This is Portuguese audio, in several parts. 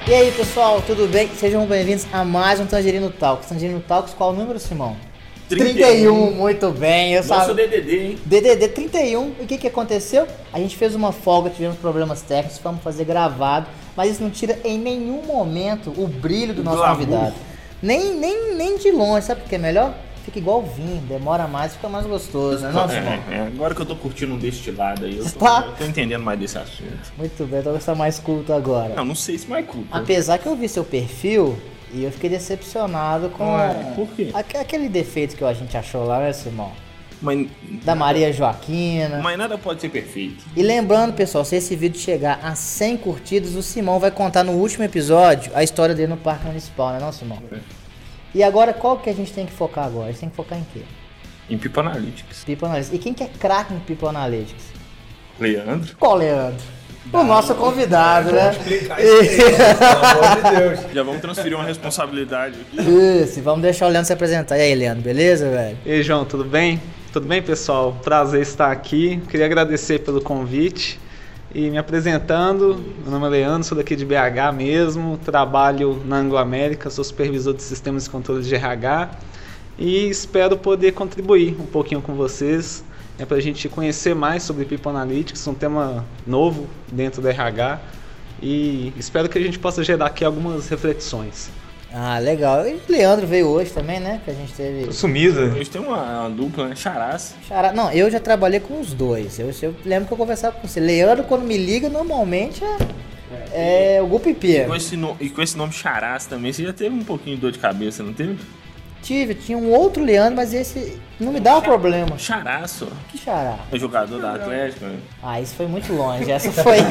E aí pessoal, tudo bem? Sejam bem-vindos a mais um Tangerino Talks. Tangerino Talks, qual o número, Simão? 31, muito bem. Eu Nosso DDD, hein? DDD 31. E o que aconteceu? A gente fez uma folga, tivemos problemas técnicos, vamos fazer gravado, mas isso não tira em nenhum momento o brilho do nosso convidado. Nem de longe, sabe o que é melhor? Fica igual vinho, demora mais, fica mais gostoso, né? Agora que eu tô curtindo um destilado aí, eu tô entendendo mais desse assunto. Muito bem, talvez tá mais culto agora. Não sei se mais culto. Apesar que eu vi seu perfil e eu fiquei decepcionado com por quê? Aquele defeito que a gente achou lá, né, Simão? Da Maria Maria Joaquina. Mas nada pode ser perfeito. E lembrando, pessoal, se esse vídeo chegar a 100 curtidas, o Simão vai contar no último episódio a história dele no Parque Municipal, né, não, Simão? E agora, qual que a gente tem que focar agora? A gente tem que focar em quê? Em People Analytics. People Analytics. E quem que é craque em People Analytics? Leandro. Qual Leandro? O nosso convidado, né? Explicar isso, pelo amor de Deus. Já vamos transferir uma responsabilidade aqui. Isso, vamos deixar o Leandro se apresentar. E aí, Leandro, beleza, velho? E aí, João, tudo bem? Tudo bem, pessoal? Prazer estar aqui. Queria agradecer pelo convite. E me apresentando, meu nome é Leandro, sou daqui de BH mesmo, trabalho na Anglo América, sou supervisor de sistemas de controle de RH e espero poder contribuir um pouquinho com vocês para a gente conhecer mais sobre People Analytics, um tema novo dentro do RH, e espero que a gente possa gerar aqui algumas reflexões. Ah, legal. E o Leandro veio hoje também, né? Que a gente teve... Tô sumido. Hoje tem uma dupla, né? Charás. Não, eu já trabalhei com os dois. Eu lembro que eu conversava com você. Leandro, quando me liga, normalmente é o Gupipi. E com esse nome Charás também, você já teve um pouquinho de dor de cabeça, não teve? Tinha um outro Leandro, mas esse não me dava problema. Charaço. Que Chará? É jogador da Atlético, né? Ah, isso foi muito longe. Essa foi.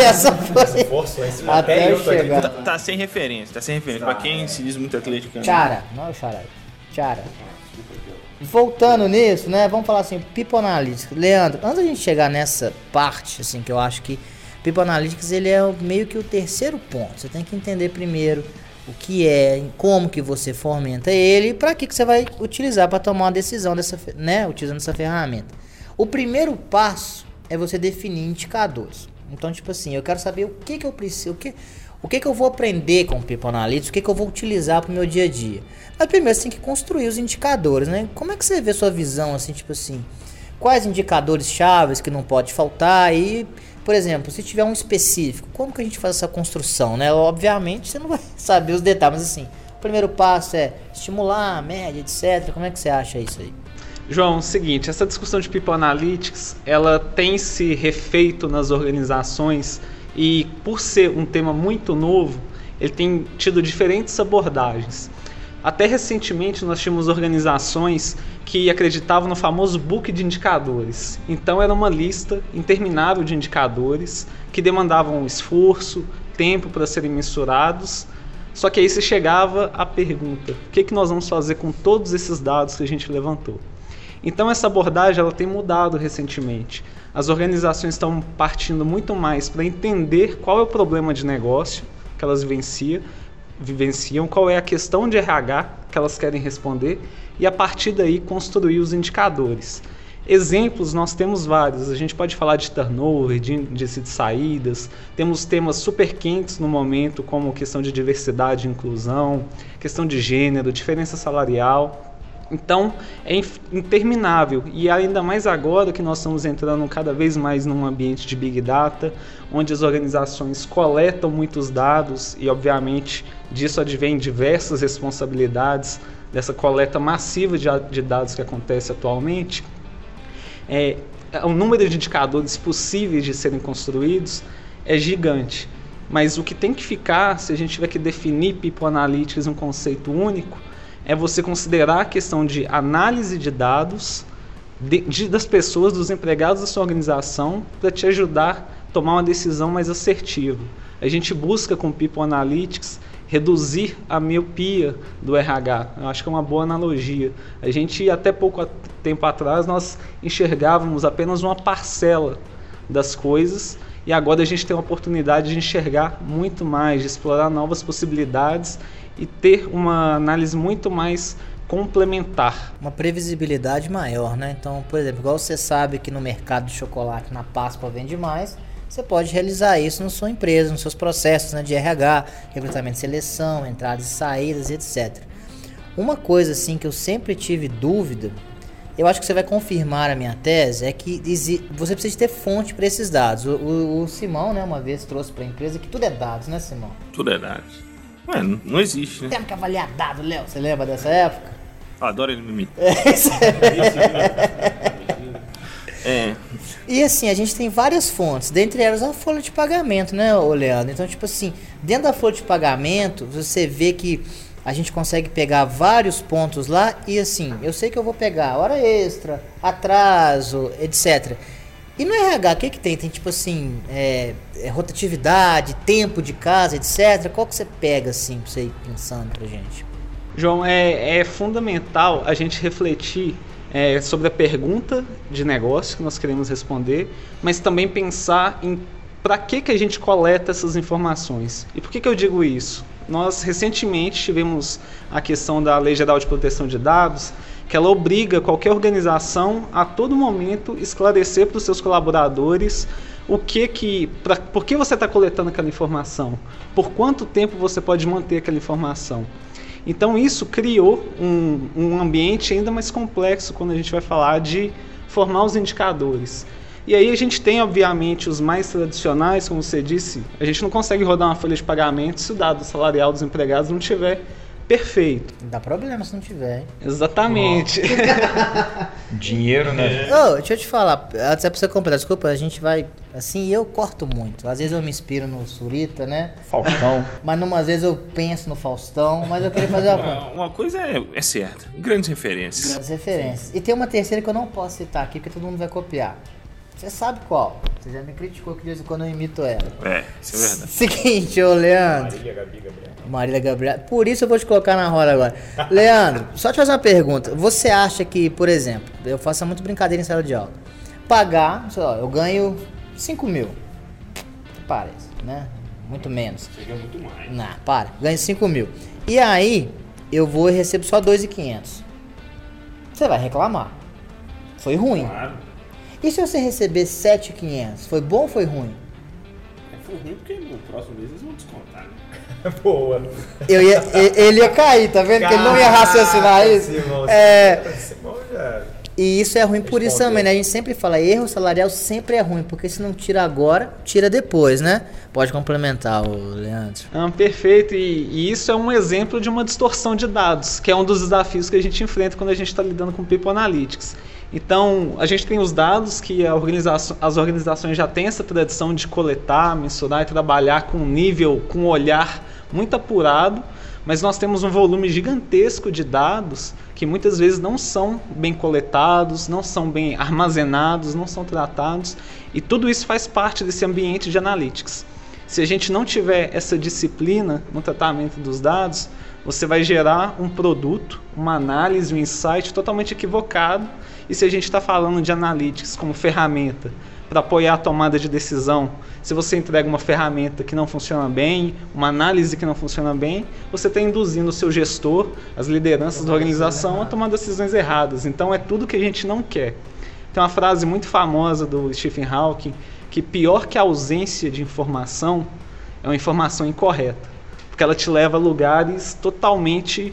Até eu chegar. Tá sem referência. Pra quem se diz muito atleticano. Chara, não é o Chará. Chara. Voltando nisso, né? Vamos falar assim, People Analytics. Leandro, antes da gente chegar nessa parte, assim, que eu acho que People Analytics, ele é meio que o terceiro ponto. Você tem que entender primeiro o que é, como que você fomenta ele e para que você vai utilizar para tomar uma decisão utilizando essa ferramenta. O primeiro passo é você definir indicadores. Então, tipo assim, eu quero saber o que eu preciso, o que eu vou aprender com o People Analytics, o que eu vou utilizar para o meu dia a dia. Mas primeiro você tem que construir os indicadores, né? Como é que você vê sua visão, assim, tipo assim, quais indicadores chaves que não pode faltar e... Por exemplo, se tiver um específico, como que a gente faz essa construção, né? Obviamente você não vai saber os detalhes, mas assim, o primeiro passo é estimular a média, etc. Como é que você acha isso aí? João, é o seguinte, essa discussão de People Analytics, ela tem se refeito nas organizações e por ser um tema muito novo, ele tem tido diferentes abordagens. Até recentemente nós tínhamos organizações que acreditavam no famoso book de indicadores. Então era uma lista interminável de indicadores que demandavam esforço, tempo para serem mensurados. Só que aí se chegava a pergunta, o que nós vamos fazer com todos esses dados que a gente levantou? Então essa abordagem ela tem mudado recentemente. As organizações estão partindo muito mais para entender qual é o problema de negócio que elas vivenciam, qual é a questão de RH que elas querem responder e a partir daí construir os indicadores. Exemplos nós temos vários, a gente pode falar de turnover, de índice de saídas, temos temas super quentes no momento como questão de diversidade e inclusão, questão de gênero, diferença salarial. Então é interminável e ainda mais agora que nós estamos entrando cada vez mais num ambiente de Big Data, onde as organizações coletam muitos dados e obviamente disso advém diversas responsabilidades dessa coleta massiva de dados que acontece atualmente. O número de indicadores possíveis de serem construídos é gigante, mas o que tem que ficar, se a gente tiver que definir People Analytics um conceito único, é você considerar a questão de análise de dados das pessoas, dos empregados da sua organização, para te ajudar a tomar uma decisão mais assertiva. A gente busca com People Analytics reduzir a miopia do RH. Eu acho que é uma boa analogia. A gente, até pouco tempo atrás, nós enxergávamos apenas uma parcela das coisas e agora a gente tem a oportunidade de enxergar muito mais, de explorar novas possibilidades e ter uma análise muito mais complementar. Uma previsibilidade maior, né? Então, por exemplo, igual você sabe que no mercado de chocolate, na Páscoa vende mais, você pode realizar isso na sua empresa, nos seus processos, né, de RH, recrutamento e seleção, entradas e saídas, etc. Uma coisa assim que eu sempre tive dúvida, eu acho que você vai confirmar a minha tese, é que você precisa de ter fonte para esses dados. O Simão, né, uma vez trouxe para a empresa que tudo é dados, né, Simão? Tudo é dados. Ué, não existe, né? Temos que avaliar dado, Léo. Você lembra dessa época? Eu adoro ele me imitar. E assim, a gente tem várias fontes, dentre elas a folha de pagamento, né, Leandro? Então, tipo assim, dentro da folha de pagamento, você vê que a gente consegue pegar vários pontos lá e assim, eu sei que eu vou pegar hora extra, atraso, etc. E no RH, o que tem? Tem tipo assim, rotatividade, tempo de casa, etc. Qual que você pega assim, pra você ir pensando pra gente? João, é fundamental a gente refletir sobre a pergunta de negócio que nós queremos responder, mas também pensar em para que a gente coleta essas informações. E por que eu digo isso? Nós recentemente tivemos a questão da Lei Geral de Proteção de Dados, que ela obriga qualquer organização a todo momento esclarecer para os seus colaboradores por que você está coletando aquela informação, por quanto tempo você pode manter aquela informação. Então isso criou um ambiente ainda mais complexo quando a gente vai falar de formar os indicadores. E aí a gente tem, obviamente, os mais tradicionais, como você disse, a gente não consegue rodar uma folha de pagamento se o dado salarial dos empregados não estiver perfeito. Dá problema se não tiver, hein? Exatamente. Dinheiro, né? Deixa eu te falar, antes é pra você comprar, desculpa, a gente vai, assim, eu corto muito. Às vezes eu me inspiro no Surita, né? Faustão. Mas às vezes eu penso no Faustão, mas eu queria fazer uma coisa é certa, grandes referências. Grandes referências. E tem uma terceira que eu não posso citar aqui, porque todo mundo vai copiar. Você sabe qual? Você já me criticou que de vez em quando eu imito ela. Isso é verdade. Seguinte, ô Leandro. Marília Gabriela. Por isso eu vou te colocar na roda agora. Leandro, só te fazer uma pergunta. Você acha que, por exemplo, eu faço muito brincadeira em sala de aula. Pagar, sei lá, eu ganho 5 mil. Parece, né? Muito menos. Você ganha muito mais. Não, para. Ganho 5 mil. E aí, eu vou e recebo só 2.500. Você vai reclamar. Foi ruim. Claro. E se você receber 7.500, foi bom ou foi ruim? Foi ruim porque no próximo mês eles vão descontar, né? Boa. Ele ia cair, tá vendo? Que ele não ia raciocinar isso. Simão já... E isso é ruim por isso também, né? A gente sempre fala, erro salarial sempre é ruim, porque se não tira agora, tira depois, né? Pode complementar, Leandro. Perfeito, e isso é um exemplo de uma distorção de dados, que é um dos desafios que a gente enfrenta quando a gente está lidando com People Analytics. Então, a gente tem os dados que as organizações já têm essa tradição de coletar, mensurar e trabalhar com um nível, com um olhar muito apurado, mas nós temos um volume gigantesco de dados que muitas vezes não são bem coletados, não são bem armazenados, não são tratados, e tudo isso faz parte desse ambiente de analytics. Se a gente não tiver essa disciplina no tratamento dos dados, você vai gerar um produto, uma análise, um insight totalmente equivocado. E se a gente está falando de analytics como ferramenta para apoiar a tomada de decisão, se você entrega uma ferramenta que não funciona bem, uma análise que não funciona bem, você está induzindo o seu gestor, as lideranças da organização a tomar decisões erradas. Então é tudo que a gente não quer. Tem uma frase muito famosa do Stephen Hawking, que pior que a ausência de informação é uma informação incorreta, porque ela te leva a lugares totalmente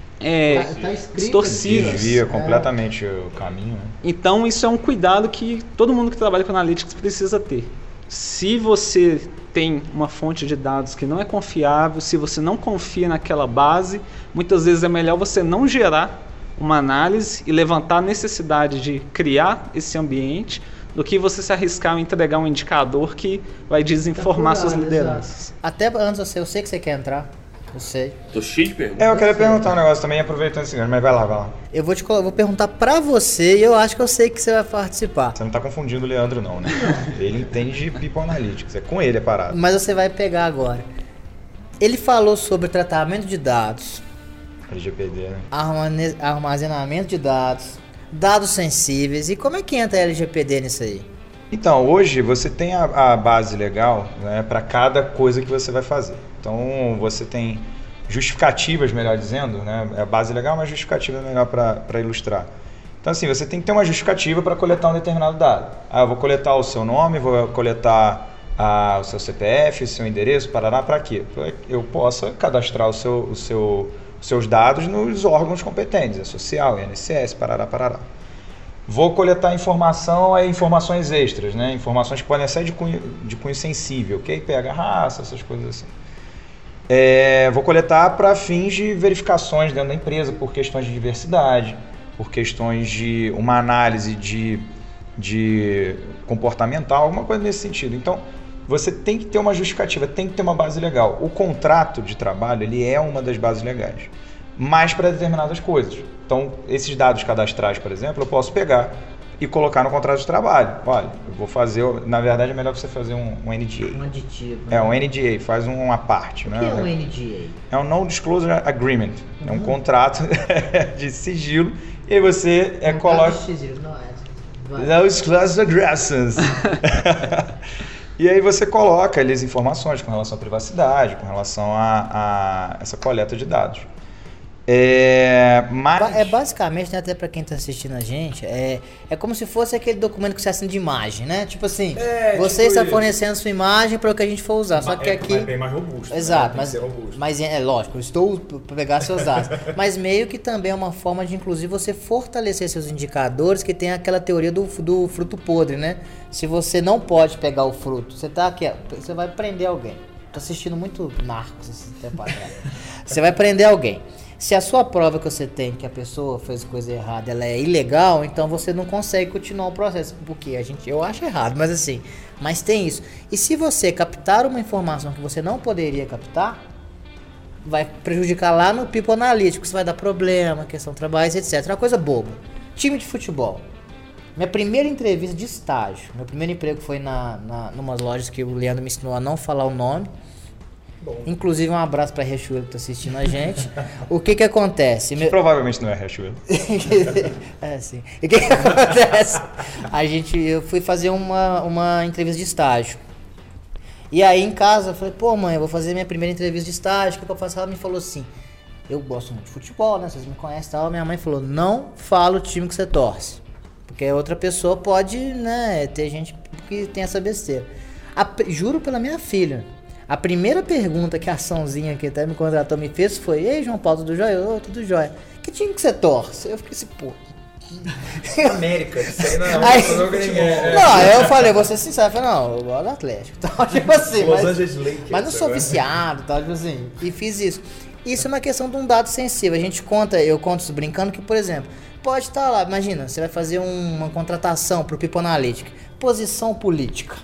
distorcidos. Desvia completamente o caminho. Né? Então isso é um cuidado que todo mundo que trabalha com analytics precisa ter. Se você tem uma fonte de dados que não é confiável, se você não confia naquela base, muitas vezes é melhor você não gerar uma análise e levantar a necessidade de criar esse ambiente do que você se arriscar a entregar um indicador que vai desinformar suas lideranças. Até antes, eu sei que você quer entrar. Eu sei. Tô cheio de perguntas. Eu queria perguntar um negócio também, aproveitando esse gancho, mas vai lá. Eu vou perguntar pra você e eu acho que eu sei que você vai participar. Você não tá confundindo o Leandro não, né? Ele entende People Analytics, é com ele a parada. Mas você vai pegar agora. Ele falou sobre tratamento de dados. LGPD, né? Armazenamento de dados, dados sensíveis. E como é que entra a LGPD nisso aí? Então, hoje você tem a base legal, né, para cada coisa que você vai fazer. Então, você tem justificativas, melhor dizendo, né? A base legal, mas justificativa é melhor para ilustrar. Então, assim, você tem que ter uma justificativa para coletar um determinado dado. Eu vou coletar o seu nome, vou coletar o seu CPF, o seu endereço, parará, para quê? Para que eu possa cadastrar os seus dados nos órgãos competentes, a social, INSS, parará. Vou coletar informações extras, né? Informações que podem ser de cunho sensível, ok? Pega raça, essas coisas assim. Vou coletar para fins de verificações dentro da empresa, por questões de diversidade, por questões de uma análise de comportamental, alguma coisa nesse sentido. Então, você tem que ter uma justificativa, tem que ter uma base legal. O contrato de trabalho, ele é uma das bases legais, mas para determinadas coisas. Então, esses dados cadastrais, por exemplo, eu posso pegar e colocar no contrato de trabalho. Olha, eu vou fazer, na verdade é melhor você fazer um NDA. Um aditivo. Né? Um NDA, faz uma parte. O que é um NDA? É um Non-Disclosure Agreement. É um contrato de sigilo e aí você coloca... Non-Disclosure Agreements. E aí você coloca ali as informações com relação à privacidade, com relação a essa coleta de dados. Mas... basicamente, né, até para quem está assistindo a gente, é como se fosse aquele documento que você assina de imagem, né? Tipo assim, você está fornecendo sua imagem para o que a gente for usar, só que aqui... É bem mais robusto. Exato, né? mas é lógico, eu estou para pegar seus dados. Mas meio que também é uma forma de, inclusive, você fortalecer seus indicadores, que tem aquela teoria do fruto podre, né? Se você não pode pegar o fruto, você vai prender alguém. Tô assistindo muito Narcos esse tempo atrás. Você vai prender alguém. Se a sua prova que você tem que a pessoa fez coisa errada, ela é ilegal, então você não consegue continuar o processo, porque eu acho errado, mas tem isso. E se você captar uma informação que você não poderia captar, vai prejudicar lá no People Analytics, você vai dar problema, questão de trabalho, etc. Uma coisa boba. Time de futebol. Minha primeira entrevista de estágio, meu primeiro emprego foi numas lojas que o Leandro me ensinou a não falar o nome. Bom. Inclusive um abraço para Riachuelo que tá assistindo a gente. O que acontece? Provavelmente não é Riachuelo. Sim. E o que acontece? Eu fui fazer uma entrevista de estágio. E aí em casa eu falei, pô mãe, eu vou fazer minha primeira entrevista de estágio, o que eu faço? Ela me falou assim, eu gosto muito de futebol, né? Vocês me conhecem e tal. Minha mãe falou, não fala o time que você torce. Porque outra pessoa pode, né, ter gente que tem essa besteira. Juro pela minha filha. A primeira pergunta que a açãozinha que até me contratou me fez foi, ei João Paulo, tudo jóia? Tudo jóia. Que time que você torce? Eu fiquei assim, pô. América, isso aí não é. Não, eu falei, vou ser sincero, eu falei, não, eu gosto do Atlético. Tal, tipo assim, mas não sou viciado, tal, tipo assim. E fiz isso. Isso é uma questão de um dado sensível. Eu conto isso brincando que, por exemplo, pode estar lá, imagina, você vai fazer uma contratação pro People Analytics, posição política.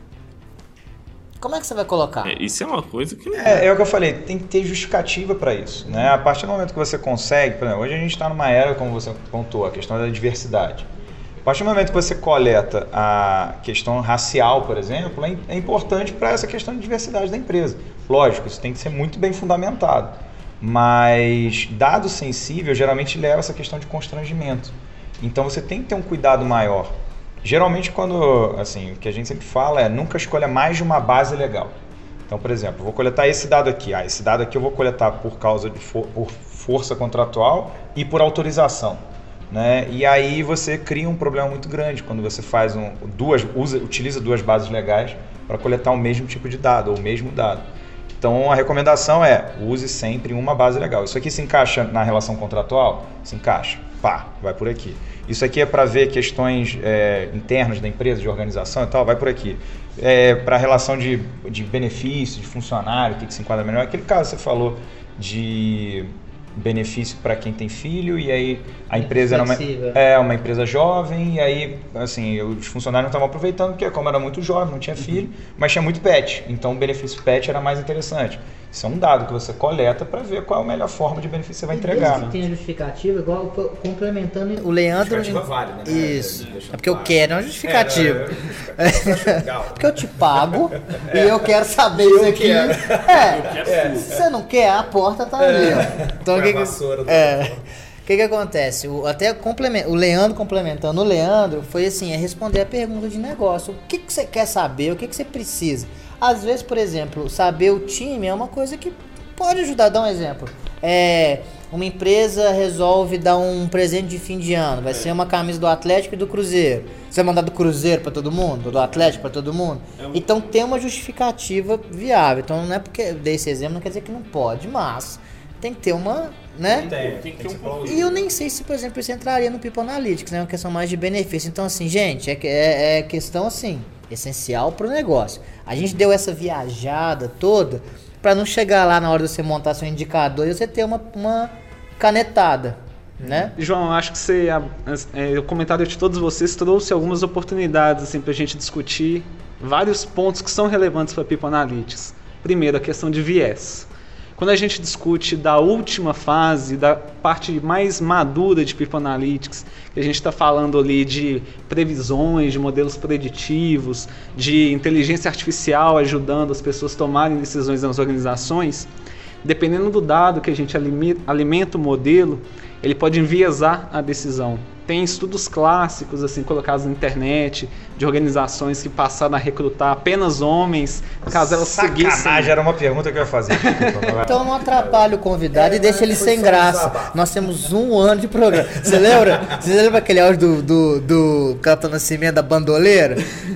Como é que você vai colocar? Isso é uma coisa que... É o que eu falei, tem que ter justificativa para isso, né? A partir do momento que você consegue, por exemplo, hoje a gente está numa era, como você pontuou, a questão da diversidade. A partir do momento que você coleta a questão racial, por exemplo, é importante para essa questão de diversidade da empresa. Lógico, isso tem que ser muito bem fundamentado, mas dado sensível geralmente leva a essa questão de constrangimento. Então você tem que ter um cuidado maior. Geralmente quando, assim, o que a gente sempre fala é nunca escolha mais de uma base legal. Então, por exemplo, eu vou coletar esse dado aqui. Esse dado aqui eu vou coletar por causa de por força contratual e por autorização, né? E aí você cria um problema muito grande quando você faz utiliza duas bases legais para coletar o mesmo tipo de dado ou o mesmo dado. Então a recomendação é use sempre uma base legal. Isso aqui se encaixa na relação contratual? Se encaixa. Pá, vai por aqui. Isso aqui é para ver questões internas da empresa, de organização e tal, vai por aqui. Para a relação de benefício, de funcionário, o que se enquadra melhor. Aquele caso que você falou de benefício para quem tem filho e aí a empresa era uma empresa jovem e aí assim, os funcionários não estavam aproveitando porque como era muito jovem, não tinha filho, mas tinha muito pet, então o benefício pet era mais interessante. Isso é um dado que você coleta para ver qual é a melhor forma de benefício que você vai entregar. Né? Tem a justificativa, igual complementando o Leandro. Justificativa válida, né? Isso. É porque eu quero uma justificativa. Porque eu te pago e eu quero saber isso aqui. Se você não quer, a porta tá ali. Então o que acontece? O Leandro complementando o Leandro foi assim, responder a pergunta de negócio. O que você quer saber? O que você precisa? Às vezes, por exemplo, saber o time é uma coisa que pode ajudar. Dá um exemplo. uma empresa resolve dar um presente de fim de ano, vai ser uma camisa do Atlético e do Cruzeiro. Você vai mandar do Cruzeiro para todo mundo, do Atlético para todo mundo? Então tem uma justificativa viável. Então não é porque eu dei esse exemplo, não quer dizer que não pode, mas tem que ter uma, né? Tem que ter um E eu nem sei se, por exemplo, isso entraria no People Analytics, né? É uma questão mais de benefício. Então, assim, gente, é questão, assim, essencial pro negócio. A gente deu essa viajada toda para não chegar lá na hora de você montar seu indicador e você ter uma canetada, né? João, acho que o comentário de todos vocês trouxe algumas oportunidades assim, para a gente discutir vários pontos que são relevantes para People Analytics. Primeiro, a questão de viés. Quando a gente discute da última fase, da parte mais madura de People Analytics, que a gente está falando ali de previsões, de modelos preditivos, de inteligência artificial ajudando as pessoas a tomarem decisões nas organizações, dependendo do dado que a gente alimenta o modelo, ele pode enviesar a decisão. Tem estudos clássicos assim colocados na internet de organizações que passaram a recrutar apenas homens, caso elas seguissem. Sacanagem, era uma pergunta que eu ia fazer. Então não atrapalha o convidado e deixa ele sem graça. Nós temos 1 ano de programa. Você lembra? Você lembra aquele áudio do Capitão Nascimento da bandoleira?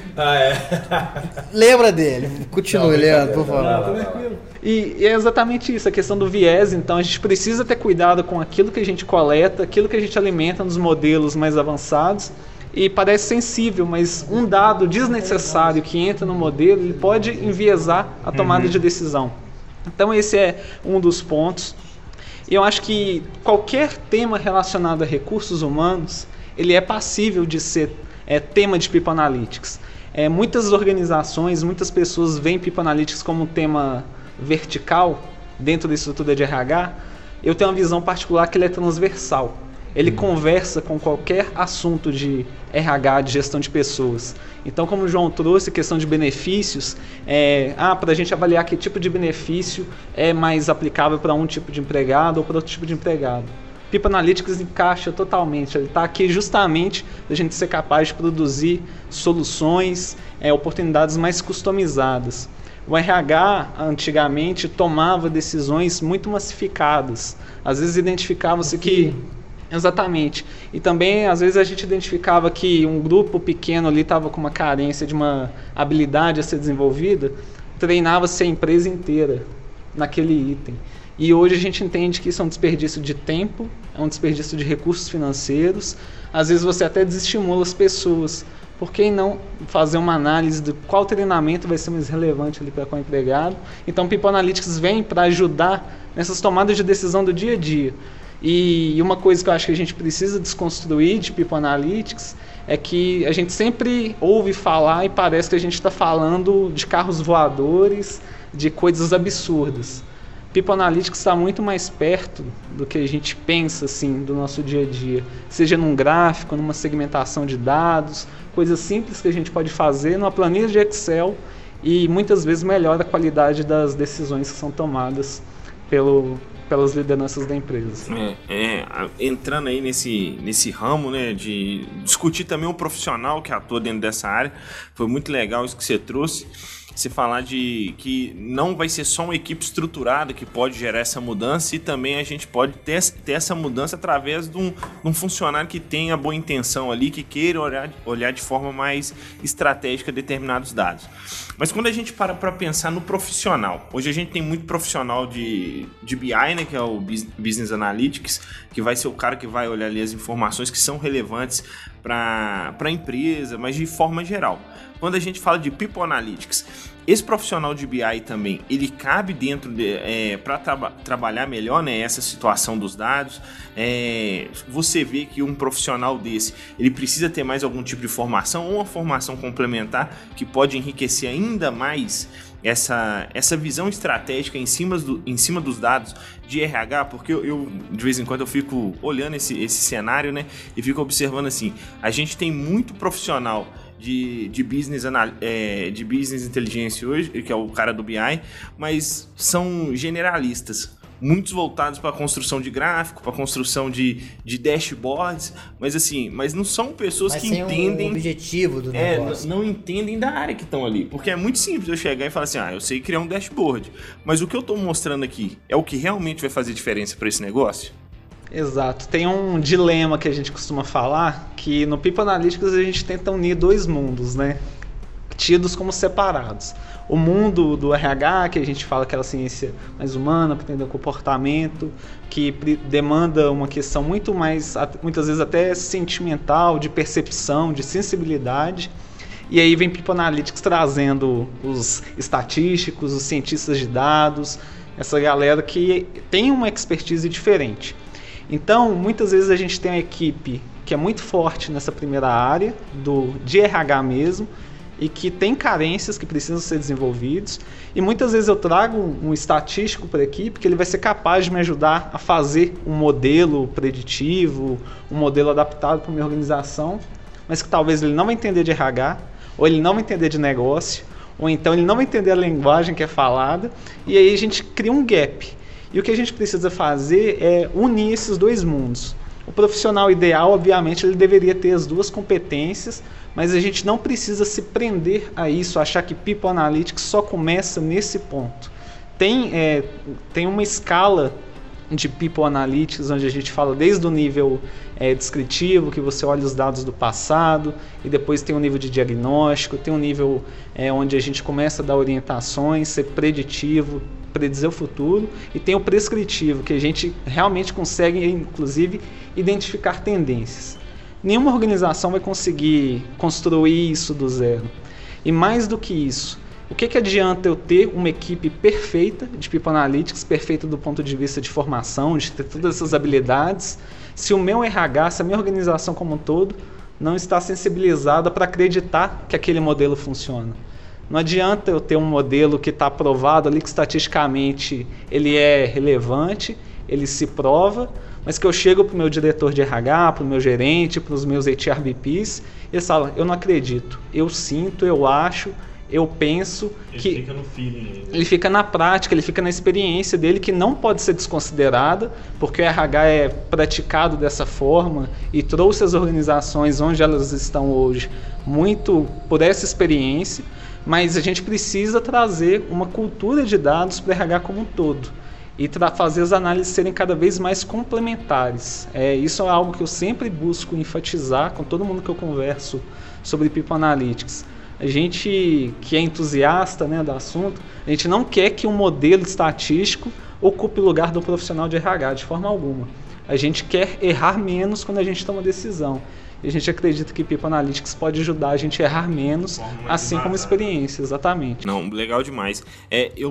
Lembra dele? Continue, Leandro, por favor. E é exatamente isso, a questão do viés. Então a gente precisa ter cuidado com aquilo que a gente coleta, aquilo que a gente alimenta nos modelos mais avançados. E parece sensível, mas um dado desnecessário que entra no modelo, ele pode enviesar a tomada de decisão. Então esse é um dos pontos. E eu acho que qualquer tema relacionado a recursos humanos, ele é passível de ser tema de People Analytics. Muitas organizações, muitas pessoas veem People Analytics como um tema vertical dentro da estrutura de RH. Eu tenho uma visão particular que ele é transversal. Ele conversa com qualquer assunto de RH, de gestão de pessoas. Então, como o João trouxe, questão de benefícios, para a gente avaliar que tipo de benefício é mais aplicável para um tipo de empregado ou para outro tipo de empregado. People Analytics encaixa totalmente, ele está aqui justamente para a gente ser capaz de produzir soluções, oportunidades mais customizadas. O RH, antigamente, tomava decisões muito massificadas. Às vezes identificava-se que... Exatamente. E também, às vezes, a gente identificava que um grupo pequeno ali estava com uma carência de uma habilidade a ser desenvolvida, treinava-se a empresa inteira naquele item. E hoje a gente entende que isso é um desperdício de tempo, é um desperdício de recursos financeiros. Às vezes você até desestimula as pessoas. Por que não fazer uma análise de qual treinamento vai ser mais relevante ali para qual empregado? Então, People Analytics vem para ajudar nessas tomadas de decisão do dia a dia. E uma coisa que eu acho que a gente precisa desconstruir de People Analytics é que a gente sempre ouve falar e parece que a gente está falando de carros voadores, de coisas absurdas. People Analytics está muito mais perto do que a gente pensa assim, do nosso dia a dia, seja num gráfico, numa segmentação de dados, coisas simples que a gente pode fazer numa planilha de Excel e muitas vezes melhora a qualidade das decisões que são tomadas pelas lideranças da empresa. Entrando aí nesse ramo, né, de discutir também o profissional que atua dentro dessa área, foi muito legal isso que você trouxe. Você falar de que não vai ser só uma equipe estruturada que pode gerar essa mudança, e também a gente pode ter essa mudança através de um funcionário que tenha boa intenção ali, que queira olhar de forma mais estratégica determinados dados. Mas quando a gente para pensar no profissional, hoje a gente tem muito profissional de BI, né, que é o Business Analytics, que vai ser o cara que vai olhar ali as informações que são relevantes para a empresa, mas de forma geral. Quando a gente fala de People Analytics, esse profissional de BI também, ele cabe dentro para trabalhar melhor, né, essa situação dos dados. Você vê que um profissional desse, ele precisa ter mais algum tipo de formação ou uma formação complementar que pode enriquecer ainda mais essa visão estratégica em cima dos dados de RH, porque eu de vez em quando eu fico olhando esse cenário, né, e fico observando assim, a gente tem muito profissional de business intelligence hoje, que é o cara do BI, mas são generalistas, muitos voltados para a construção de gráfico, para a construção de dashboards, mas não são pessoas que entendem o objetivo do negócio. Não entendem da área que estão ali, porque é muito simples eu chegar e falar assim, eu sei criar um dashboard, mas o que eu estou mostrando aqui é o que realmente vai fazer diferença para esse negócio? Exato. Tem um dilema que a gente costuma falar, que no People Analytics a gente tenta unir dois mundos, né? Tidos como separados. O mundo do RH, que a gente fala que é a ciência mais humana, para entender o comportamento, que demanda uma questão muito mais, muitas vezes até sentimental, de percepção, de sensibilidade. E aí vem People Analytics trazendo os estatísticos, os cientistas de dados, essa galera que tem uma expertise diferente. Então, muitas vezes a gente tem uma equipe que é muito forte nessa primeira área, de RH mesmo, e que tem carências que precisam ser desenvolvidos. E muitas vezes eu trago um estatístico para a equipe que ele vai ser capaz de me ajudar a fazer um modelo preditivo, um modelo adaptado para a minha organização, mas que talvez ele não vai entender de RH, ou ele não vai entender de negócio, ou então ele não vai entender a linguagem que é falada, e aí a gente cria um gap. E o que a gente precisa fazer é unir esses dois mundos. O profissional ideal, obviamente, ele deveria ter as duas competências, mas a gente não precisa se prender a isso, achar que People Analytics só começa nesse ponto. Tem uma escala de People Analytics, onde a gente fala desde o nível descritivo, que você olha os dados do passado, e depois tem um nível de diagnóstico, tem um nível onde a gente começa a dar orientações, ser preditivo, predizer o futuro, e tem o prescritivo, que a gente realmente consegue, inclusive, identificar tendências. Nenhuma organização vai conseguir construir isso do zero. E mais do que isso, o que adianta eu ter uma equipe perfeita de People Analytics, perfeita do ponto de vista de formação, de ter todas essas habilidades, se o meu RH, se a minha organização como um todo, não está sensibilizada para acreditar que aquele modelo funciona? Não adianta eu ter um modelo que está aprovado ali, que estatisticamente ele é relevante, ele se prova, mas que eu chego para o meu diretor de RH, para o meu gerente, para os meus HRBPs, e eles falam, eu não acredito, eu sinto, eu acho, eu penso que... Ele fica no feeling. Ele fica na prática, ele fica na experiência dele, que não pode ser desconsiderada, porque o RH é praticado dessa forma e trouxe as organizações onde elas estão hoje muito por essa experiência, mas a gente precisa trazer uma cultura de dados para o RH como um todo e fazer as análises serem cada vez mais complementares. Isso é algo que eu sempre busco enfatizar com todo mundo que eu converso sobre People Analytics. A gente que é entusiasta, né, do assunto, a gente não quer que um modelo estatístico ocupe o lugar do profissional de RH, de forma alguma. A gente quer errar menos quando a gente toma decisão. E a gente acredita que People Analytics pode ajudar a gente a errar menos, assim como experiência, exatamente. Não, legal demais. Eu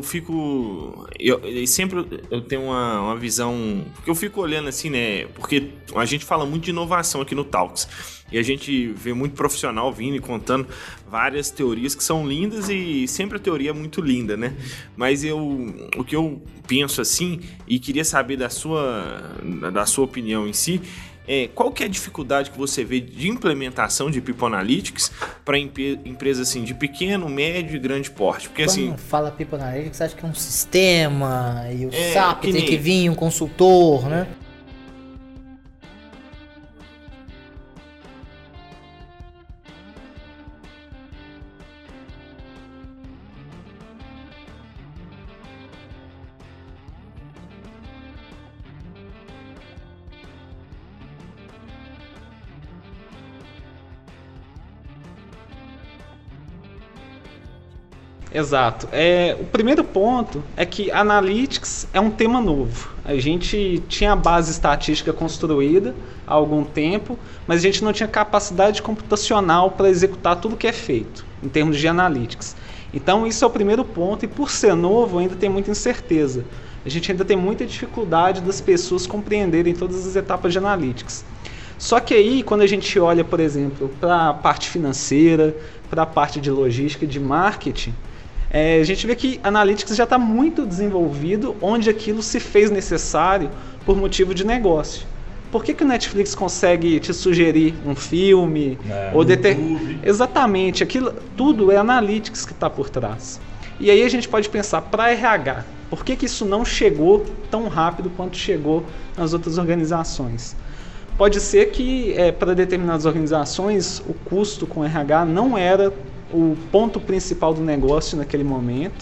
sempre tenho uma visão, porque eu fico olhando assim, né, porque a gente fala muito de inovação aqui no Talks, e a gente vê muito profissional vindo e contando várias teorias que são lindas, e sempre a teoria é muito linda, né? Mas o que eu penso assim, e queria saber da sua opinião em si, qual que é a dificuldade que você vê de implementação de People Analytics para empresas assim, de pequeno, médio e grande porte? Porque, quando assim, fala People Analytics, você acha que é um sistema e o SAP tem que vir um consultor, né? Exato. O primeiro ponto é que Analytics é um tema novo. A gente tinha a base estatística construída há algum tempo, mas a gente não tinha capacidade computacional para executar tudo que é feito em termos de Analytics. Então isso é o primeiro ponto, e por ser novo ainda tem muita incerteza. A gente ainda tem muita dificuldade das pessoas compreenderem todas as etapas de Analytics. Só que aí, quando a gente olha, por exemplo, para a parte financeira, para a parte de logística, de marketing, a gente vê que Analytics já está muito desenvolvido, onde aquilo se fez necessário por motivo de negócio. Por que o Netflix consegue te sugerir um filme? Exatamente, aquilo tudo é Analytics que está por trás. E aí a gente pode pensar, para RH, por que isso não chegou tão rápido quanto chegou nas outras organizações? Pode ser que para determinadas organizações o custo com RH não era o ponto principal do negócio naquele momento.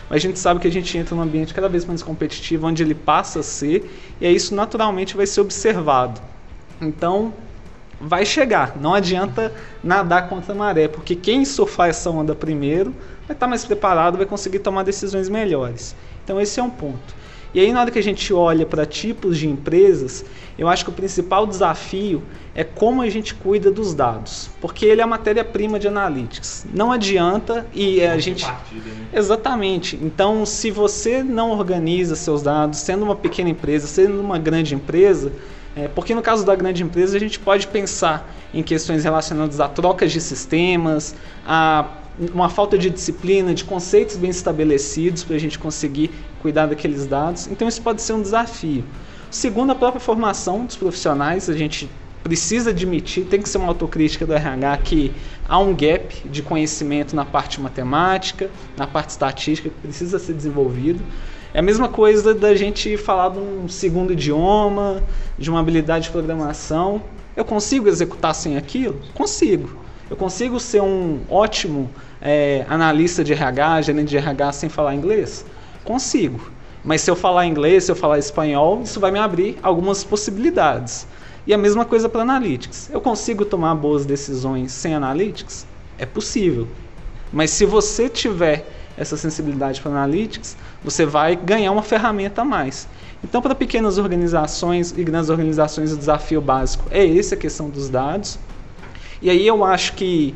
mas a gente sabe que a gente entra num ambiente cada vez mais competitivo, onde ele passa a ser, e aí isso naturalmente vai ser observado. Então, vai chegar, não adianta nadar contra a maré, porque quem surfar essa onda primeiro vai estar mais preparado, vai conseguir tomar decisões melhores. Então esse é um ponto. E aí na hora que a gente olha para tipos de empresas, eu acho que o principal desafio é como a gente cuida dos dados, porque ele é a matéria-prima de analytics. Não adianta e a gente... Exatamente. Então se você não organiza seus dados, sendo uma pequena empresa, sendo uma grande empresa, porque no caso da grande empresa a gente pode pensar em questões relacionadas a trocas de sistemas, a uma falta de disciplina, de conceitos bem estabelecidos para a gente conseguir cuidar daqueles dados. Então isso pode ser um desafio. Segundo, a própria formação dos profissionais, a gente precisa admitir, tem que ser uma autocrítica do RH, que há um gap de conhecimento na parte matemática, na parte estatística, que precisa ser desenvolvido. É a mesma coisa da gente falar de um segundo idioma, de uma habilidade de programação. Eu consigo executar sem aquilo? Consigo. Eu consigo ser um ótimo analista de RH, gerente de RH sem falar inglês? Consigo. Mas se eu falar inglês, se eu falar espanhol, isso vai me abrir algumas possibilidades. E a mesma coisa para Analytics. Eu consigo tomar boas decisões sem Analytics? É possível. Mas se você tiver essa sensibilidade para Analytics, você vai ganhar uma ferramenta a mais. Então, para pequenas organizações e grandes organizações, o desafio básico é esse, a questão dos dados. E aí eu acho que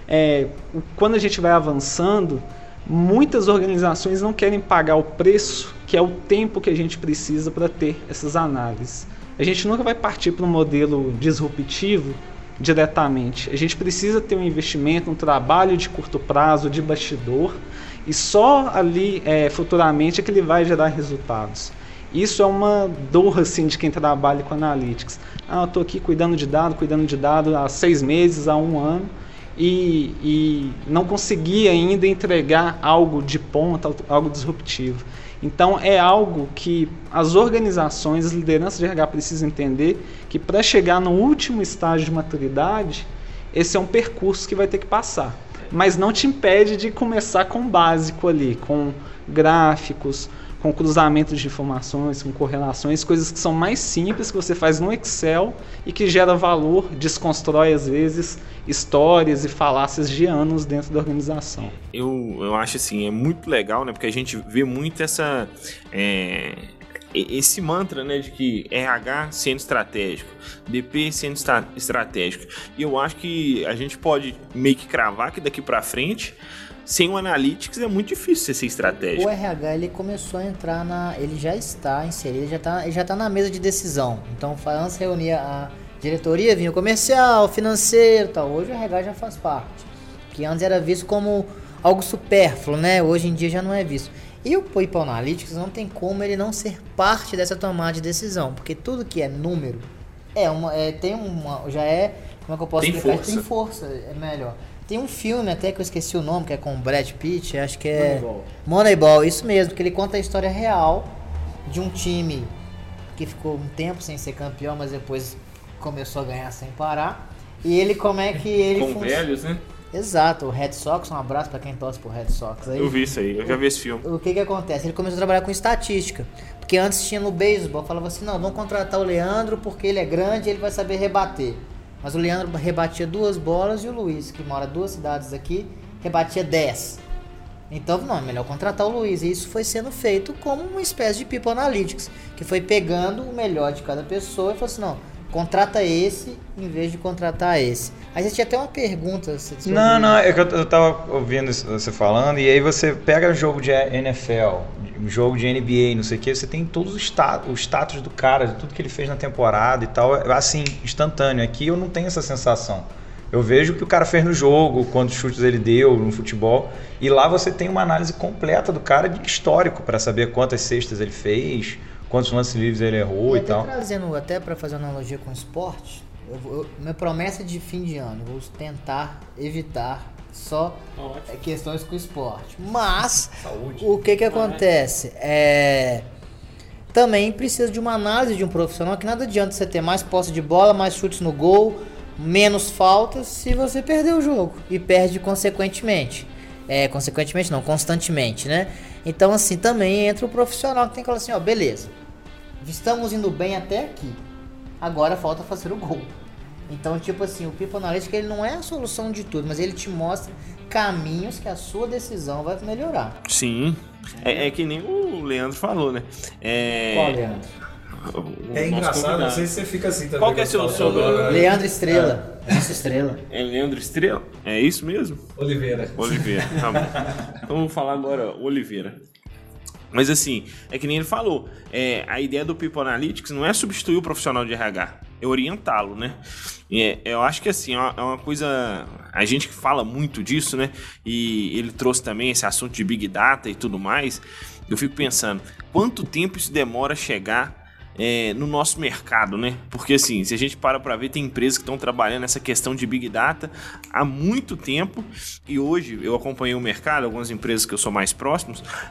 quando a gente vai avançando, muitas organizações não querem pagar o preço, que é o tempo que a gente precisa para ter essas análises. A gente nunca vai partir para um modelo disruptivo diretamente. A gente precisa ter um investimento, um trabalho de curto prazo, de bastidor, e só ali futuramente é que ele vai gerar resultados. Isso é uma dor assim, de quem trabalha com Analytics. Eu estou aqui cuidando de dado há 6 meses, há 1 ano, e não consegui ainda entregar algo de ponta, algo disruptivo. Então é algo que as organizações, as lideranças de RH precisam entender, que para chegar no último estágio de maturidade, esse é um percurso que vai ter que passar. Mas não te impede de começar com o básico ali, com gráficos, com cruzamentos de informações, com correlações, coisas que são mais simples, que você faz no Excel e que gera valor, desconstrói às vezes histórias e falácias de anos dentro da organização. Eu acho assim, é muito legal, né? Porque a gente vê muito esse mantra, né, de que RH sendo estratégico, DP sendo estratégico. E eu acho que a gente pode meio que cravar que daqui para frente, sem o Analytics é muito difícil você ser estratégico. O RH ele começou a entrar ele já está inserido, ele já está na mesa de decisão. Então antes reunia a diretoria, vinha o comercial, financeiro, tal. Hoje o RH já faz parte, que antes era visto como algo supérfluo, né? Hoje em dia já não é visto. E o People Analytics não tem como ele não ser parte dessa tomada de decisão, porque tudo que é número como é que eu posso explicar? Força. Tem força, é melhor. Tem um filme até que eu esqueci o nome, que é com o Brad Pitt, acho que é Moneyball, isso mesmo, que ele conta a história real de um time que ficou um tempo sem ser campeão, mas depois começou a ganhar sem parar. E ele, como é que ele... Com velhos, né? Exato, o Red Sox, um abraço pra quem torce pro Red Sox. Aí, eu vi isso aí, eu já vi esse filme. O que acontece? Ele começou a trabalhar com estatística, porque antes tinha no beisebol, falava assim, não, vamos contratar o Leandro porque ele é grande e ele vai saber rebater. Mas o Leandro rebatia 2 bolas e o Luiz, que mora 2 cidades aqui, rebatia 10. Então, não, é melhor contratar o Luiz. E isso foi sendo feito como uma espécie de People Analytics, que foi pegando o melhor de cada pessoa e falou assim, não, contrata esse em vez de contratar esse. Aí você tinha até uma pergunta. Não, é que eu tava ouvindo você falando, e aí você pega jogo de NFL, jogo de NBA, não sei o que, você tem todos os status do cara, de tudo que ele fez na temporada e tal, assim, instantâneo. Aqui eu não tenho essa sensação. Eu vejo o que o cara fez no jogo, quantos chutes ele deu no futebol, e lá você tem uma análise completa do cara de histórico, para saber quantas cestas ele fez, quantos lances livres ele errou e tal. Trazendo até para fazer uma analogia com o esporte, minha promessa de fim de ano, eu vou tentar evitar só questões com o esporte. Mas, o que acontece? Também precisa de uma análise de um profissional, que nada adianta você ter mais posse de bola, mais chutes no gol, menos faltas, se você perder o jogo e perde consequentemente. consequentemente não, constantemente, né? Então, assim, também entra o profissional que tem que falar assim, ó, beleza, estamos indo bem até aqui, agora falta fazer o gol. Então, tipo assim, o People Analytics, ele não é a solução de tudo, mas ele te mostra caminhos que a sua decisão vai melhorar. Sim, é que nem o Leandro falou, né? Qual, Leandro? É engraçado, não sei se você fica assim também. Qual que é seu sobrenome? Leandro Estrela. Nossa Estrela. É Leandro Estrela? É isso mesmo? Oliveira, tá bom. Então vamos falar agora Oliveira. Mas assim, é que nem ele falou, a ideia do People Analytics não é substituir o profissional de RH, é orientá-lo, né? Eu acho que assim, é uma coisa, a gente fala muito disso, né? E ele trouxe também esse assunto de Big Data e tudo mais, eu fico pensando, quanto tempo isso demora a chegar no nosso mercado, né? Porque assim, se a gente para ver, tem empresas que estão trabalhando nessa questão de Big Data há muito tempo, e hoje eu acompanhei o mercado, algumas empresas que eu sou mais próximo,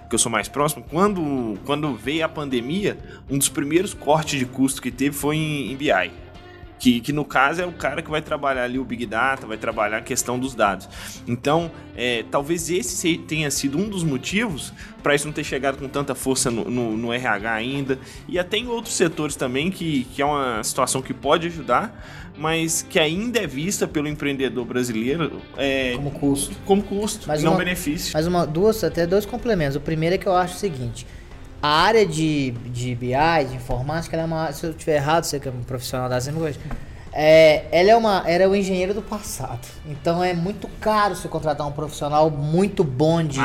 quando veio a pandemia, um dos primeiros cortes de custo que teve foi em BI. Que no caso é o cara que vai trabalhar ali o Big Data, vai trabalhar a questão dos dados. Então, talvez esse tenha sido um dos motivos para isso não ter chegado com tanta força no RH ainda, e até em outros setores também, que é uma situação que pode ajudar, mas que ainda é vista pelo empreendedor brasileiro como custo, mas não benefício. Mas dois complementos. O primeiro é que eu acho o seguinte: a área de BI, de informática, ela é uma, se eu estiver errado, você que é um profissional da Zema hoje, era o engenheiro do passado. Então é muito caro você contratar um profissional muito bom de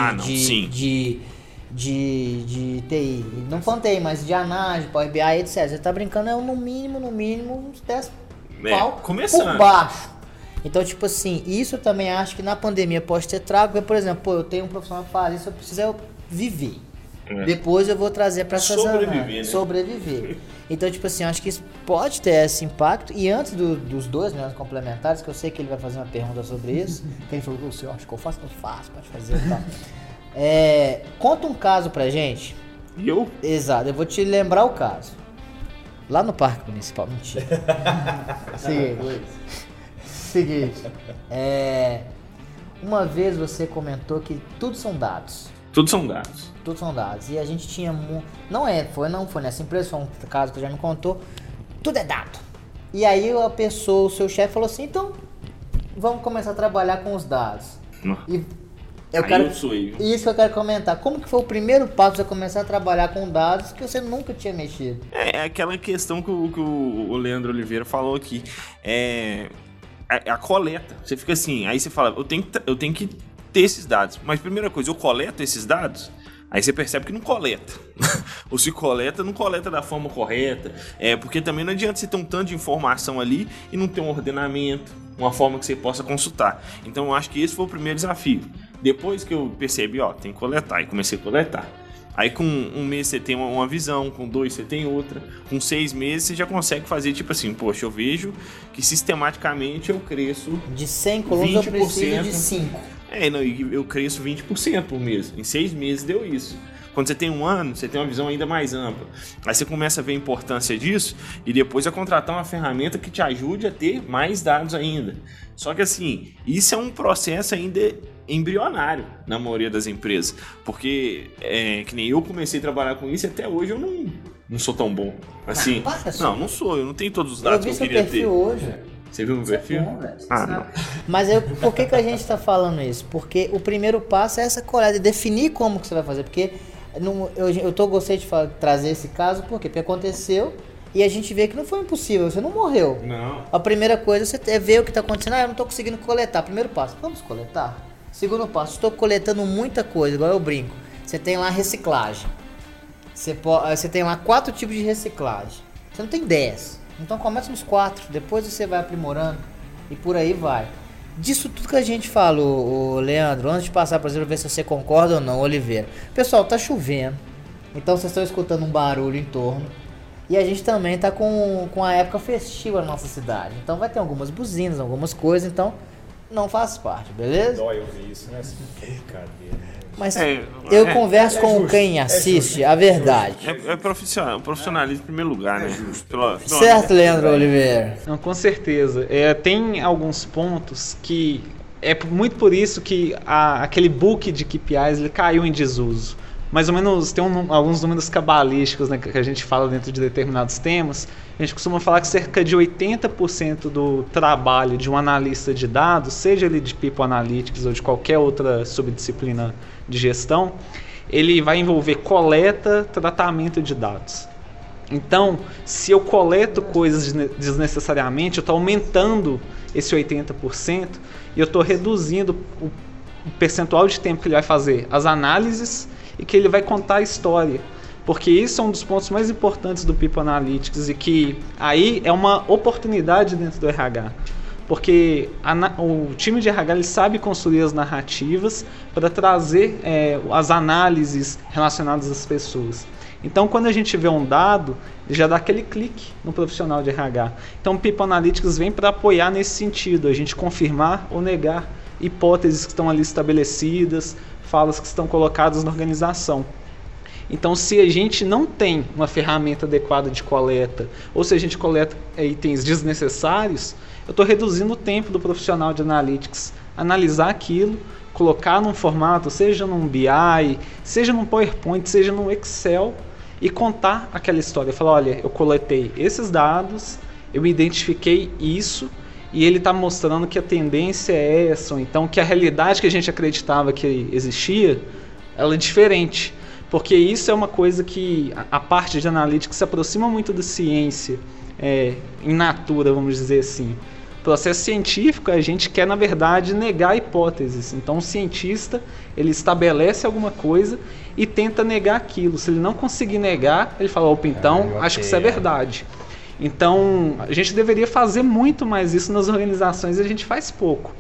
TI. Não falando TI, mas de análise, Power BI, etc. Você tá brincando, no mínimo uns 10 pau por baixo. Então, tipo assim, isso eu também acho que na pandemia pode ter trago. Porque, por exemplo, eu tenho um profissional que faz isso, eu preciso viver. Depois eu vou trazer para sobreviver. Então, tipo assim, acho que isso pode ter esse impacto. E antes dos dois, né, os complementares, que eu sei que ele vai fazer uma pergunta sobre isso, que ele falou, você acha que eu faço? Não faço, pode fazer e tal. Conta um caso pra gente. Eu? Exato, eu vou te lembrar o caso. Lá no Parque Municipal, mentira. Seguinte. Uma vez você comentou que tudo são dados. Tudo são dados. E a gente tinha... Não foi nessa empresa, foi um caso que já me contou. Tudo é dado. E aí o seu chefe falou assim, então vamos começar a trabalhar com os dados. E isso que eu quero comentar. Como que foi o primeiro passo para você começar a trabalhar com dados que você nunca tinha mexido? É aquela questão que o Leandro Oliveira falou aqui. A coleta. Você fica assim, aí você fala, eu tenho que ter esses dados. Mas primeira coisa, eu coleto esses dados? Aí você percebe que não coleta. Ou se coleta, não coleta da forma correta. Porque também não adianta você ter um tanto de informação ali e não ter um ordenamento, uma forma que você possa consultar. Então eu acho que esse foi o primeiro desafio. Depois que eu percebi, tem que coletar, e comecei a coletar. Aí com um mês você tem uma visão, com 2 você tem outra, com 6 meses você já consegue fazer tipo assim, poxa, eu vejo que sistematicamente eu cresço de 100 colunas eu preciso de 5. Eu cresço 20% por mês. Em 6 meses deu isso. Quando você tem um ano, você tem uma visão ainda mais ampla. Aí você começa a ver a importância disso e depois a contratar uma ferramenta que te ajude a ter mais dados ainda. Só que assim, isso é um processo ainda embrionário na maioria das empresas. Porque que nem eu comecei a trabalhar com isso e até hoje eu não sou tão bom. Assim, não sou. Eu não tenho todos os dados que eu queria ter. Hoje. Você viu o perfil? Não. Mas por que a gente está falando isso? Porque o primeiro passo é essa coleta, definir como que você vai fazer. Porque eu gostei de trazer esse caso, por quê? Porque aconteceu e a gente vê que não foi impossível, você não morreu. Não. A primeira coisa é ver o que está acontecendo. Eu não estou conseguindo coletar. Primeiro passo, vamos coletar? Segundo passo, estou coletando muita coisa, igual eu brinco. Você tem lá reciclagem. Você tem lá 4 tipos de reciclagem. Você não tem 10. Então começa nos 4, depois você vai aprimorando e por aí vai. Disso tudo que a gente falou, Leandro, antes de passar para você ver se você concorda ou não, Oliveira. Pessoal, tá chovendo, então vocês estão escutando um barulho em torno. E a gente também tá com a época festiva na nossa cidade. Então vai ter algumas buzinas, algumas coisas, então não faz parte, beleza? Dói ouvir isso, né? Brincadeira. Mas eu converso com quem assiste a verdade. Profissionalismo em primeiro lugar, né? Certo, Leandro Oliveira? Não, com certeza. Tem alguns pontos que é muito por isso que aquele book de KPIs ele caiu em desuso. Mais ou menos, tem alguns números cabalísticos, né, que a gente fala dentro de determinados temas. A gente costuma falar que cerca de 80% do trabalho de um analista de dados, seja ele de People Analytics ou de qualquer outra subdisciplina de gestão, ele vai envolver coleta, tratamento de dados. Então, se eu coleto coisas desnecessariamente, eu estou aumentando esse 80% e eu estou reduzindo o percentual de tempo que ele vai fazer as análises e que ele vai contar a história. Porque isso é um dos pontos mais importantes do People Analytics e que aí é uma oportunidade dentro do RH. Porque o time de RH ele sabe construir as narrativas para trazer as análises relacionadas às pessoas. Então, quando a gente vê um dado, já dá aquele clique no profissional de RH. Então, o People Analytics vem para apoiar nesse sentido, a gente confirmar ou negar hipóteses que estão ali estabelecidas, falas que estão colocadas na organização. Então, se a gente não tem uma ferramenta adequada de coleta, ou se a gente coleta itens desnecessários, eu estou reduzindo o tempo do profissional de Analytics analisar aquilo, colocar num formato, seja num BI, seja num PowerPoint, seja num Excel, e contar aquela história. Falar, olha, eu coletei esses dados, eu identifiquei isso, e ele está mostrando que a tendência é essa, ou então que a realidade que a gente acreditava que existia, ela é diferente. Porque isso é uma coisa que a parte de analytics se aproxima muito da ciência, in natura, vamos dizer assim. O processo científico, a gente quer, na verdade, negar hipóteses. Então, o cientista, ele estabelece alguma coisa e tenta negar aquilo. Se ele não conseguir negar, ele fala, opa, então, acho que isso é verdade. Então, a gente deveria fazer muito mais isso nas organizações e a gente faz pouco.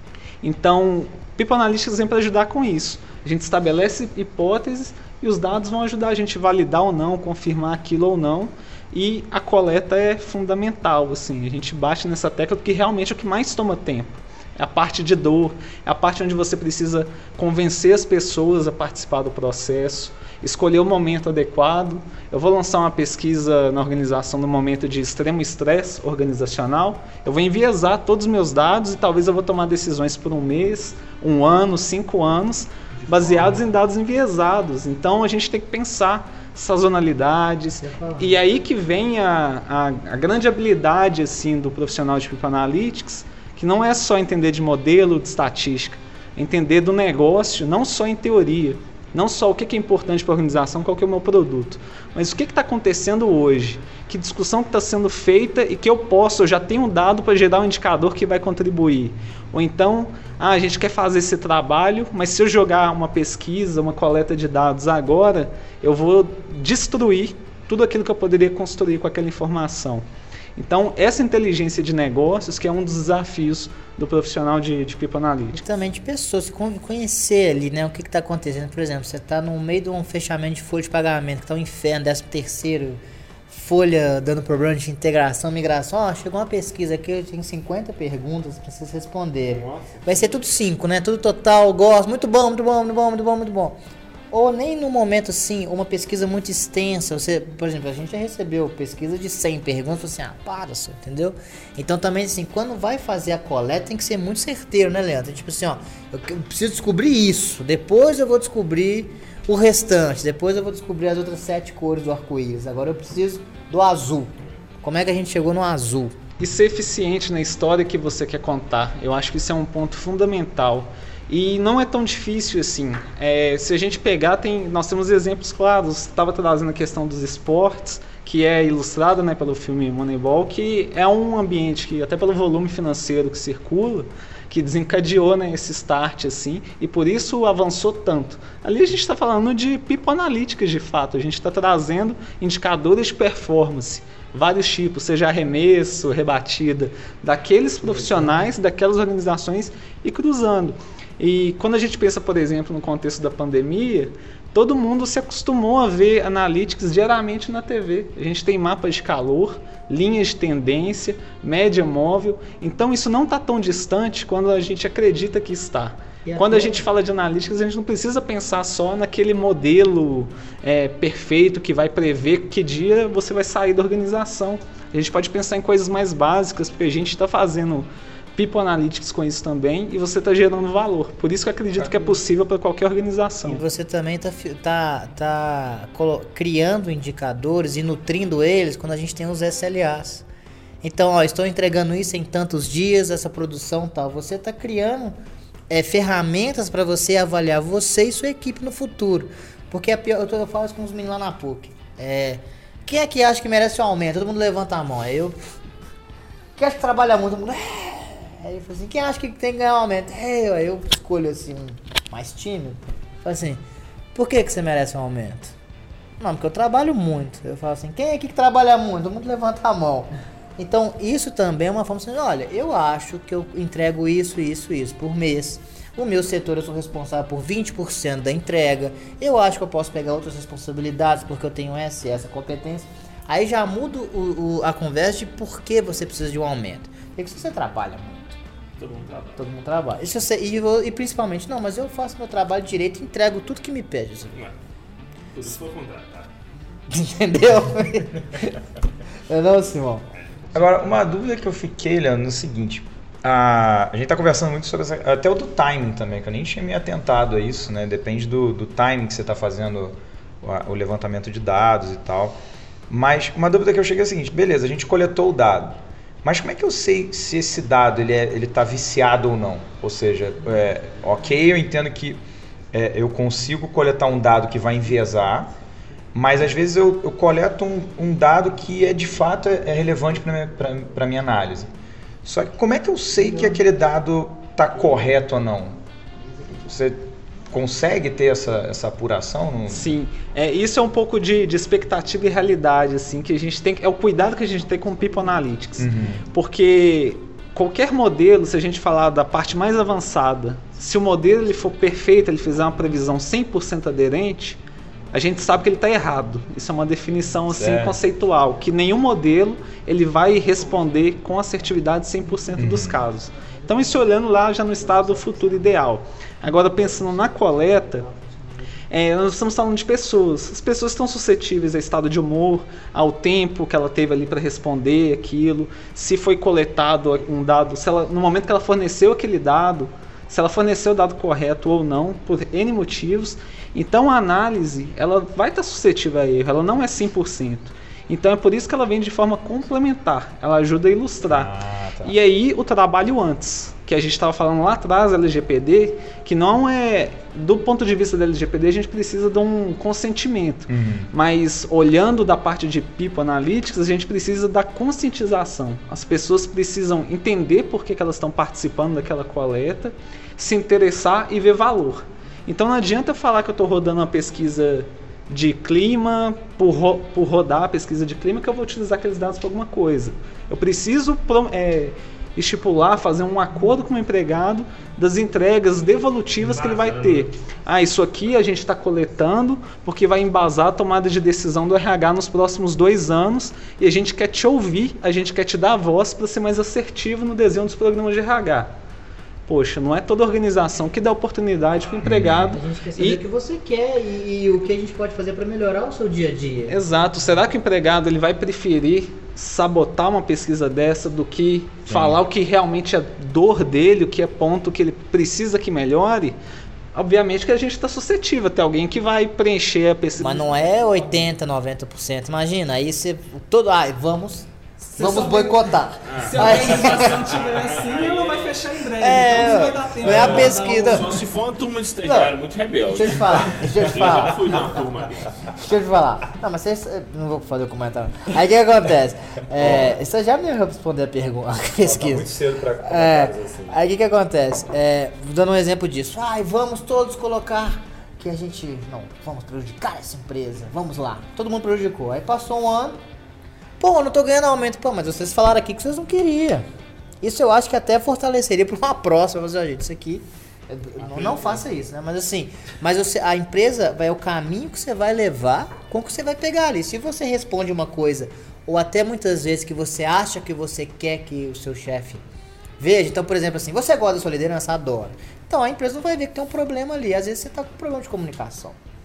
Então, People Analytics vem para ajudar com isso. A gente estabelece hipóteses e os dados vão ajudar a gente a validar ou não, confirmar aquilo ou não. E a coleta é fundamental, assim, a gente bate nessa tecla porque realmente é o que mais toma tempo. É a parte de dor, é a parte onde você precisa convencer as pessoas a participar do processo, escolher o momento adequado. Eu vou lançar uma pesquisa na organização no momento de extremo estresse organizacional, eu vou enviesar todos os meus dados e talvez eu vou tomar decisões por 1 mês, 1 ano, 5 anos, baseados em dados enviesados. Então a gente tem que pensar sazonalidades, e aí que vem a grande habilidade assim, do profissional de People Analytics, que não é só entender de modelo, de estatística, é entender do negócio, não só em teoria, não só o que é importante para a organização, qual que é o meu produto, mas o que está acontecendo hoje, que discussão que está sendo feita e que eu já tenho um dado para gerar um indicador que vai contribuir. Ou então, a gente quer fazer esse trabalho, mas se eu jogar uma pesquisa, uma coleta de dados agora, eu vou destruir tudo aquilo que eu poderia construir com aquela informação. Então, essa inteligência de negócios que é um dos desafios do profissional de People Analytics. E também de pessoas, conhecer ali, né, o que está acontecendo. Por exemplo, você está no meio de um fechamento de folha de pagamento, que está um inferno, 13º, folha dando problema de integração, migração. Chegou uma pesquisa aqui, tem 50 perguntas para vocês responderem. Vai ser tudo 5, né? Tudo total, gosto, muito bom, muito bom, muito bom, muito bom, muito bom. Ou nem no momento assim, uma pesquisa muito extensa, você, por exemplo, a gente já recebeu pesquisa de 100 perguntas, assim, para só, entendeu? Então também assim, quando vai fazer a coleta tem que ser muito certeiro, né, Leandro? Tipo assim, eu preciso descobrir isso, depois eu vou descobrir o restante, depois eu vou descobrir as outras 7 cores do arco-íris, agora eu preciso do azul. Como é que a gente chegou no azul? E ser eficiente na história que você quer contar, eu acho que isso é um ponto fundamental. E não é tão difícil assim. Se a gente pegar, nós temos exemplos claros. Estava trazendo a questão dos esportes, que é ilustrada, né, pelo filme Moneyball, que é um ambiente que, até pelo volume financeiro que circula, que desencadeou, né, esse start, assim, e por isso avançou tanto. Ali a gente está falando de People Analytics, de fato. A gente está trazendo indicadores de performance, vários tipos, seja arremesso, rebatida, daqueles profissionais, daquelas organizações, e cruzando. E quando a gente pensa, por exemplo, no contexto da pandemia, todo mundo se acostumou a ver analytics diariamente na TV. A gente tem mapas de calor, linhas de tendência, média móvel. Então isso não está tão distante quando a gente acredita que está. Quando a gente fala de analytics, a gente não precisa pensar só naquele modelo perfeito que vai prever que dia você vai sair da organização. A gente pode pensar em coisas mais básicas, porque a gente está fazendo People Analytics com isso também, e você está gerando valor. Por isso que eu acredito que é possível para qualquer organização. E você também tá criando indicadores e nutrindo eles quando a gente tem os SLAs. Então, ó, estou entregando isso em tantos dias, essa produção tal. Você está criando ferramentas para você avaliar você e sua equipe no futuro. Porque eu falo isso com os meninos lá na PUC. Quem é que acha que merece um aumento? Todo mundo levanta a mão. Quem acha que trabalha muito? Todo mundo... Aí eu falo assim, quem acha que tem que ganhar um aumento? Eu escolho assim, mais tímido. Falo assim, por que você merece um aumento? Não, porque eu trabalho muito. Eu falo assim, quem é aqui que trabalha muito? Todo mundo levanta a mão. Então, isso também é uma forma de dizer, olha, eu acho que eu entrego isso por mês. O meu setor, eu sou responsável por 20% da entrega. Eu acho que eu posso pegar outras responsabilidades porque eu tenho essa competência. Aí já muda a conversa de por que você precisa de um aumento. Porque se você trabalha muito. Todo mundo trabalha. E principalmente, não, mas eu faço meu trabalho direito e entrego tudo que me pede. Assim. Tudo se for contratado. Entendeu? Não, Simão? Agora, uma dúvida que eu fiquei, Leandro, no seguinte. A gente está conversando muito sobre até o do timing também, que eu nem tinha me atentado a isso, né? Depende do timing que você está fazendo o levantamento de dados e tal. Mas uma dúvida que eu cheguei é a seguinte, beleza, a gente coletou o dado. Mas como é que eu sei se esse dado ele tá viciado ou não? Ou seja, ok, eu entendo que eu consigo coletar um dado que vai enviesar, mas às vezes eu coleto um dado que de fato é relevante para a minha análise. Só que como é que eu sei que aquele dado está correto ou não? Você consegue ter essa apuração? Sim, isso é um pouco de expectativa e realidade, assim, que a gente tem, é o cuidado que a gente tem com o People Analytics. Uhum. Porque qualquer modelo, se a gente falar da parte mais avançada, se o modelo ele for perfeito, ele fizer uma previsão 100% aderente, a gente sabe que ele está errado. Isso é uma definição assim, conceitual, que nenhum modelo ele vai responder com assertividade 100% dos casos. Então, isso olhando lá já no estado futuro ideal. Agora, pensando na coleta, nós estamos falando de pessoas. As pessoas estão suscetíveis a estado de humor, ao tempo que ela teve ali para responder aquilo, se foi coletado um dado, se ela, no momento que ela forneceu aquele dado, se ela forneceu o dado correto ou não, por N motivos. Então, a análise ela vai estar suscetível a erro, ela não é 100%. Então, é por isso que ela vem de forma complementar, ela ajuda a ilustrar. E aí, o trabalho antes, que a gente estava falando lá atrás, LGPD, que não é, do ponto de vista da LGPD, a gente precisa de um consentimento. Mas, olhando da parte de People Analytics, a gente precisa da conscientização. As pessoas precisam entender por que elas estão participando daquela coleta, se interessar e ver valor. Então, não adianta falar que eu estou rodando uma pesquisa de clima, por rodar a pesquisa de clima, que eu vou utilizar aqueles dados para alguma coisa. Eu preciso estipular, fazer um acordo com o empregado das entregas devolutivas que ele vai ter. Isso aqui a gente está coletando porque vai embasar a tomada de decisão do RH nos próximos 2 anos e a gente quer te ouvir, a gente quer te dar a voz para ser mais assertivo no desenho dos programas de RH. Poxa, não é toda organização que dá oportunidade para o empregado. A gente quer saber o que você quer e o que a gente pode fazer para melhorar o seu dia a dia. Exato. Será que o empregado ele vai preferir sabotar uma pesquisa dessa do que falar o que realmente é dor dele, o que é ponto que ele precisa que melhore? Obviamente que a gente está suscetível a ter alguém que vai preencher a pesquisa. Mas não é 80%, 90%. Imagina, aí você... vamos boicotar. Se a organização tiver assim, ela vai fechar em breve. Então não vai dar tempo. Não é a pesquisa. Só se for uma turma de estagiário muito rebelde. Deixa eu te falar. Eu já fui numa turma dessa. Deixa eu te falar. Não, mas vocês... Não vou fazer o comentário. Aí o que acontece? Estagiário nem vai responder a pergunta, a pesquisa. Tá muito cedo pra comentários assim. Aí o que acontece? Dando um exemplo disso. Vamos todos colocar que a gente... Não, vamos prejudicar essa empresa. Vamos lá. Todo mundo prejudicou. Aí passou um ano. Pô, eu não tô ganhando aumento. Pô, mas vocês falaram aqui que vocês não queriam. Isso eu acho que até fortaleceria para uma próxima. Mas, gente, isso aqui... Não faça isso, né? Mas assim... a empresa é o caminho que você vai levar com o que você vai pegar ali. Se você responde uma coisa, ou até muitas vezes que você acha que você quer que o seu chefe veja. Então, por exemplo, assim, você gosta da sua liderança? Adora. Então, a empresa não vai ver que tem um problema ali. Às vezes você tá com um problema de comunicação.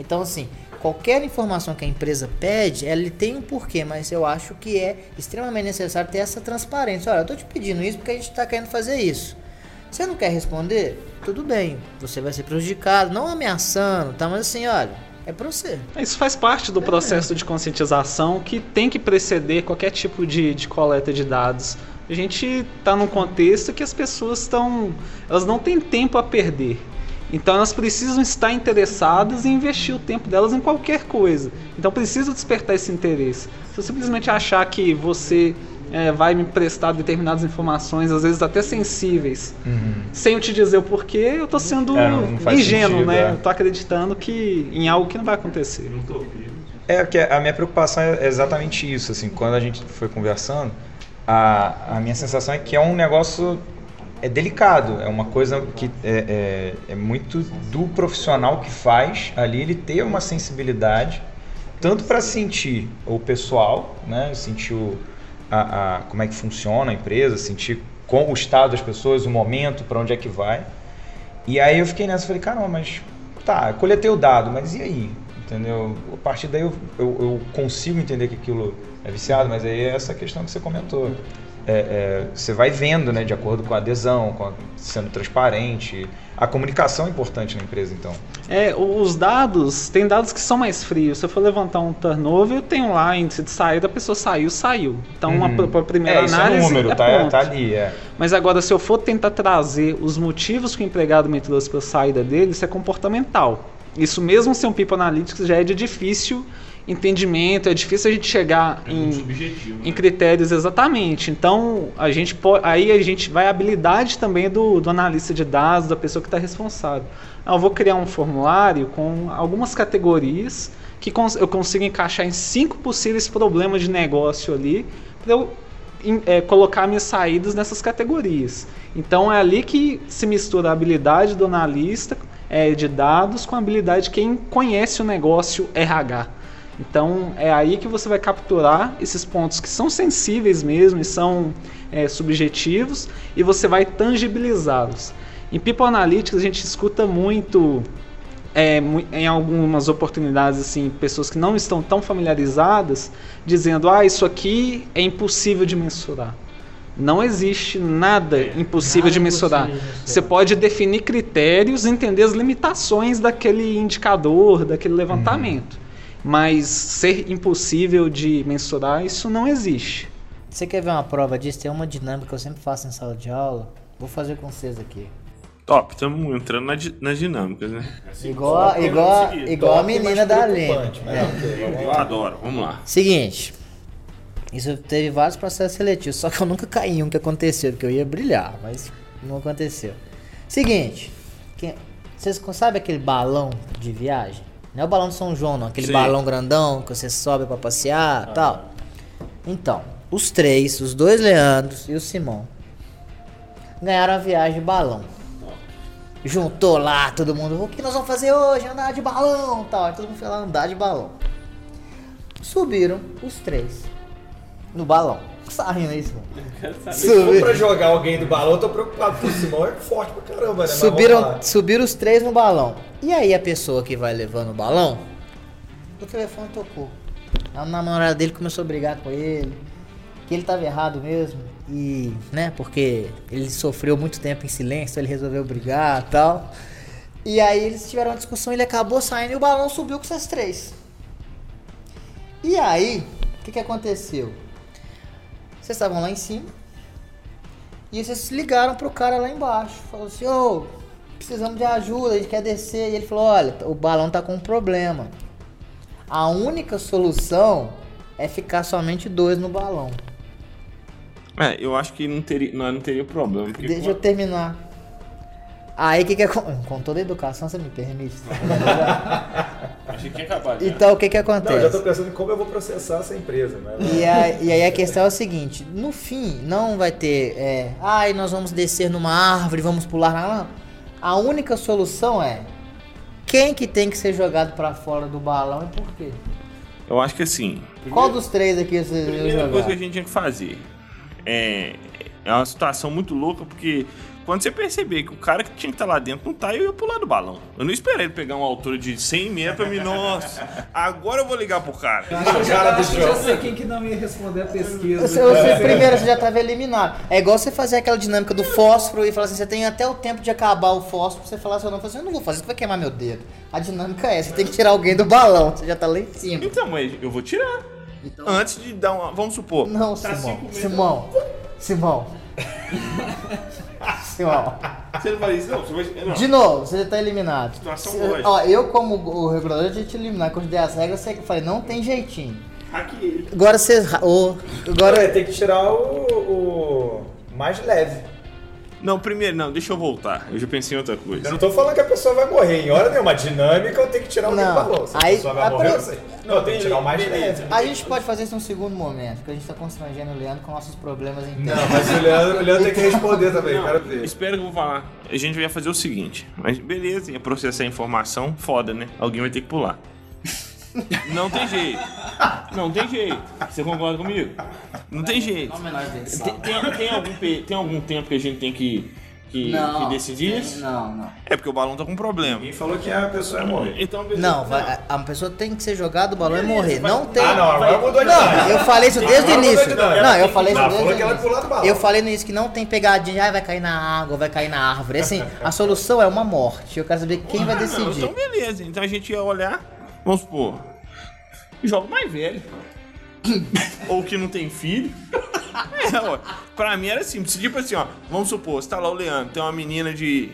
Então, assim, qualquer informação que a empresa pede, ela tem um porquê, mas eu acho que é extremamente necessário ter essa transparência. Olha, eu tô te pedindo isso porque a gente tá querendo fazer isso. Você não quer responder? Tudo bem, você vai ser prejudicado, não ameaçando, tá? Mas assim, olha, é pra você. Isso faz parte do processo de conscientização que tem que preceder qualquer tipo de coleta de dados. A gente está num contexto que as pessoas elas não têm tempo a perder. Então elas precisam estar interessadas em investir o tempo delas em qualquer coisa. Então precisa despertar esse interesse. Se eu simplesmente achar que você vai me prestar determinadas informações, às vezes até sensíveis, sem eu te dizer o porquê, eu estou sendo ingênuo, sentido, né? Eu estou acreditando em algo que não vai acontecer. Porque a minha preocupação é exatamente isso. Assim, quando a gente foi conversando, a minha sensação é que é um negócio delicado, é uma coisa que é muito do profissional que faz ali, ele ter uma sensibilidade, tanto para sentir o pessoal, né? Sentir como é que funciona a empresa, sentir com o estado das pessoas, o momento, para onde é que vai. E aí eu fiquei nessa, falei, caramba, mas tá, coletei o dado, mas e aí? Entendeu? A partir daí eu consigo entender que aquilo é viciado, mas aí é essa questão que você comentou. Você vai vendo, né, de acordo com a adesão, sendo transparente. A comunicação é importante na empresa, então. Tem dados que são mais frios. Se eu for levantar um turnover, eu tenho lá índice de saída, a pessoa saiu. Então, a primeira análise número, tá ali. Mas agora, se eu for tentar trazer os motivos que o empregado me trouxe para a saída dele, isso é comportamental. Isso mesmo sem um People Analytics já é de difícil entendimento, é difícil a gente chegar em critérios exatamente. Então aí a gente vai a habilidade também do analista de dados, da pessoa que está responsável. Eu vou criar um formulário com algumas categorias que eu consigo encaixar em 5 possíveis problemas de negócio ali para eu colocar minhas saídas nessas categorias. Então é ali que se mistura a habilidade do analista de dados com a habilidade de quem conhece o negócio RH. Então é aí que você vai capturar esses pontos que são sensíveis mesmo e são subjetivos, e você vai tangibilizá-los. Em People Analytics a gente escuta muito, em algumas oportunidades, assim, pessoas que não estão tão familiarizadas, dizendo, isso aqui é impossível de mensurar. Não existe nada impossível de mensurar. Você pode definir critérios, entender as limitações daquele indicador, daquele levantamento. Mas ser impossível de mensurar, isso não existe. Você quer ver uma prova disso? Tem uma dinâmica que eu sempre faço em sala de aula. Vou fazer com vocês aqui. Top, estamos entrando nas dinâmicas, né? Igual a menina da Aline. Eu adoro, vamos lá. Seguinte, isso teve vários processos seletivos, só que eu nunca caí em um que aconteceu, porque eu ia brilhar, mas não aconteceu. Seguinte, vocês sabem aquele balão de viagem? Não é o balão de São João, não. Aquele Sim. balão grandão que você sobe pra passear e tal. Então, os 2 Leandros e o Simão, ganharam a viagem de balão. Juntou lá todo mundo. O que nós vamos fazer hoje? Andar de balão e tal. Aí todo mundo foi lá andar de balão. Subiram os 3 no balão. Sarrindo aí, Simão. Se for pra jogar alguém do balão, eu tô preocupado, porque o Simão é forte pra caramba, né? Subiram os 3 no balão. E aí a pessoa que vai levando o balão, o telefone tocou. A namorada dele começou a brigar com ele, que ele tava errado mesmo. E, né, porque ele sofreu muito tempo em silêncio, ele resolveu brigar e tal. E aí eles tiveram uma discussão, ele acabou saindo e o balão subiu com esses 3. E aí, o que aconteceu? Vocês estavam lá em cima e vocês ligaram pro cara lá embaixo. Falou assim, precisamos de ajuda, a gente quer descer. E ele falou, olha, o balão tá com um problema. A única solução é ficar somente 2 no balão. Eu acho que não teria problema. Deixa eu terminar. Aí com toda a educação, você me permite? Achei que ia acabar. Então o que acontece? Eu já tô pensando em como eu vou processar essa empresa, né? E aí a questão é o seguinte, no fim não vai ter, nós vamos descer numa árvore, vamos pular na... A única solução é quem que tem que ser jogado pra fora do balão e por quê? Eu acho que assim... Qual dos 3 aqui você primeira coisa que a gente tinha que fazer é uma situação muito louca, porque quando você perceber que o cara que tinha que estar lá dentro não tá, eu ia pular do balão. Eu não esperei ele pegar uma altura de 100 metros pra mim, nossa, agora eu vou ligar pro cara. Eu já sei quem que não ia responder a pesquisa. Primeiro, você já estava eliminado. É igual você fazer aquela dinâmica do fósforo e falar assim, você tem até o tempo de acabar o fósforo pra você falar assim, eu não vou fazer, isso vai queimar meu dedo. A dinâmica é, você tem que tirar alguém do balão, você já tá lá em cima. Então, mas eu vou tirar. Então, antes de dar uma, vamos supor. Não, tá Simão. Você não fala isso, não? Você vai, não. De novo, você já tá eliminado. Situação lógica. Ó, eu como o regulador, eu já te eliminar. Quando eu dei as regras, eu falei, não tem jeitinho. Aqui. Agora você... Agora tem que tirar o mais leve. Não, primeiro, não, deixa eu voltar. Eu já pensei em outra coisa. Eu não tô falando que a pessoa vai morrer. Em hora nenhuma dinâmica, eu tenho que tirar o que falou. Se a pessoa vai morrer, eu sei. Não, eu tenho que tirar o mais leve. A gente pode fazer isso num segundo momento, porque a gente tá constrangendo o Leandro com nossos problemas internos. Não, mas o Leandro tem que responder também, não, quero ver. Espero que eu vou falar. A gente vai fazer o seguinte, mas beleza, ia processar a informação, foda, né? Alguém vai ter que pular. Não tem jeito. Não tem jeito. Você concorda comigo? Não tem jeito. Tem algum tempo que a gente tem que decidir isso? Não. É porque o balão tá com problema. Ninguém falou que a pessoa ia morrer. Então, beleza. Não, a pessoa tem que ser jogada, o balão e morrer. Não tem. Ah, não, agora mudou de Não, eu falei isso desde o início. Não, eu falei isso desde o que ela pular do balão. Eu falei no início que não tem pegadinha, vai cair na água, vai cair na árvore. Assim, a solução é uma morte. Eu quero saber quem vai decidir. Então, beleza. Então a gente ia olhar, vamos supor, joga mais velho. Ou que não tem filho. Ó, pra mim era simples. Tipo assim, ó, vamos supor, você tá lá o Leandro, tem uma menina de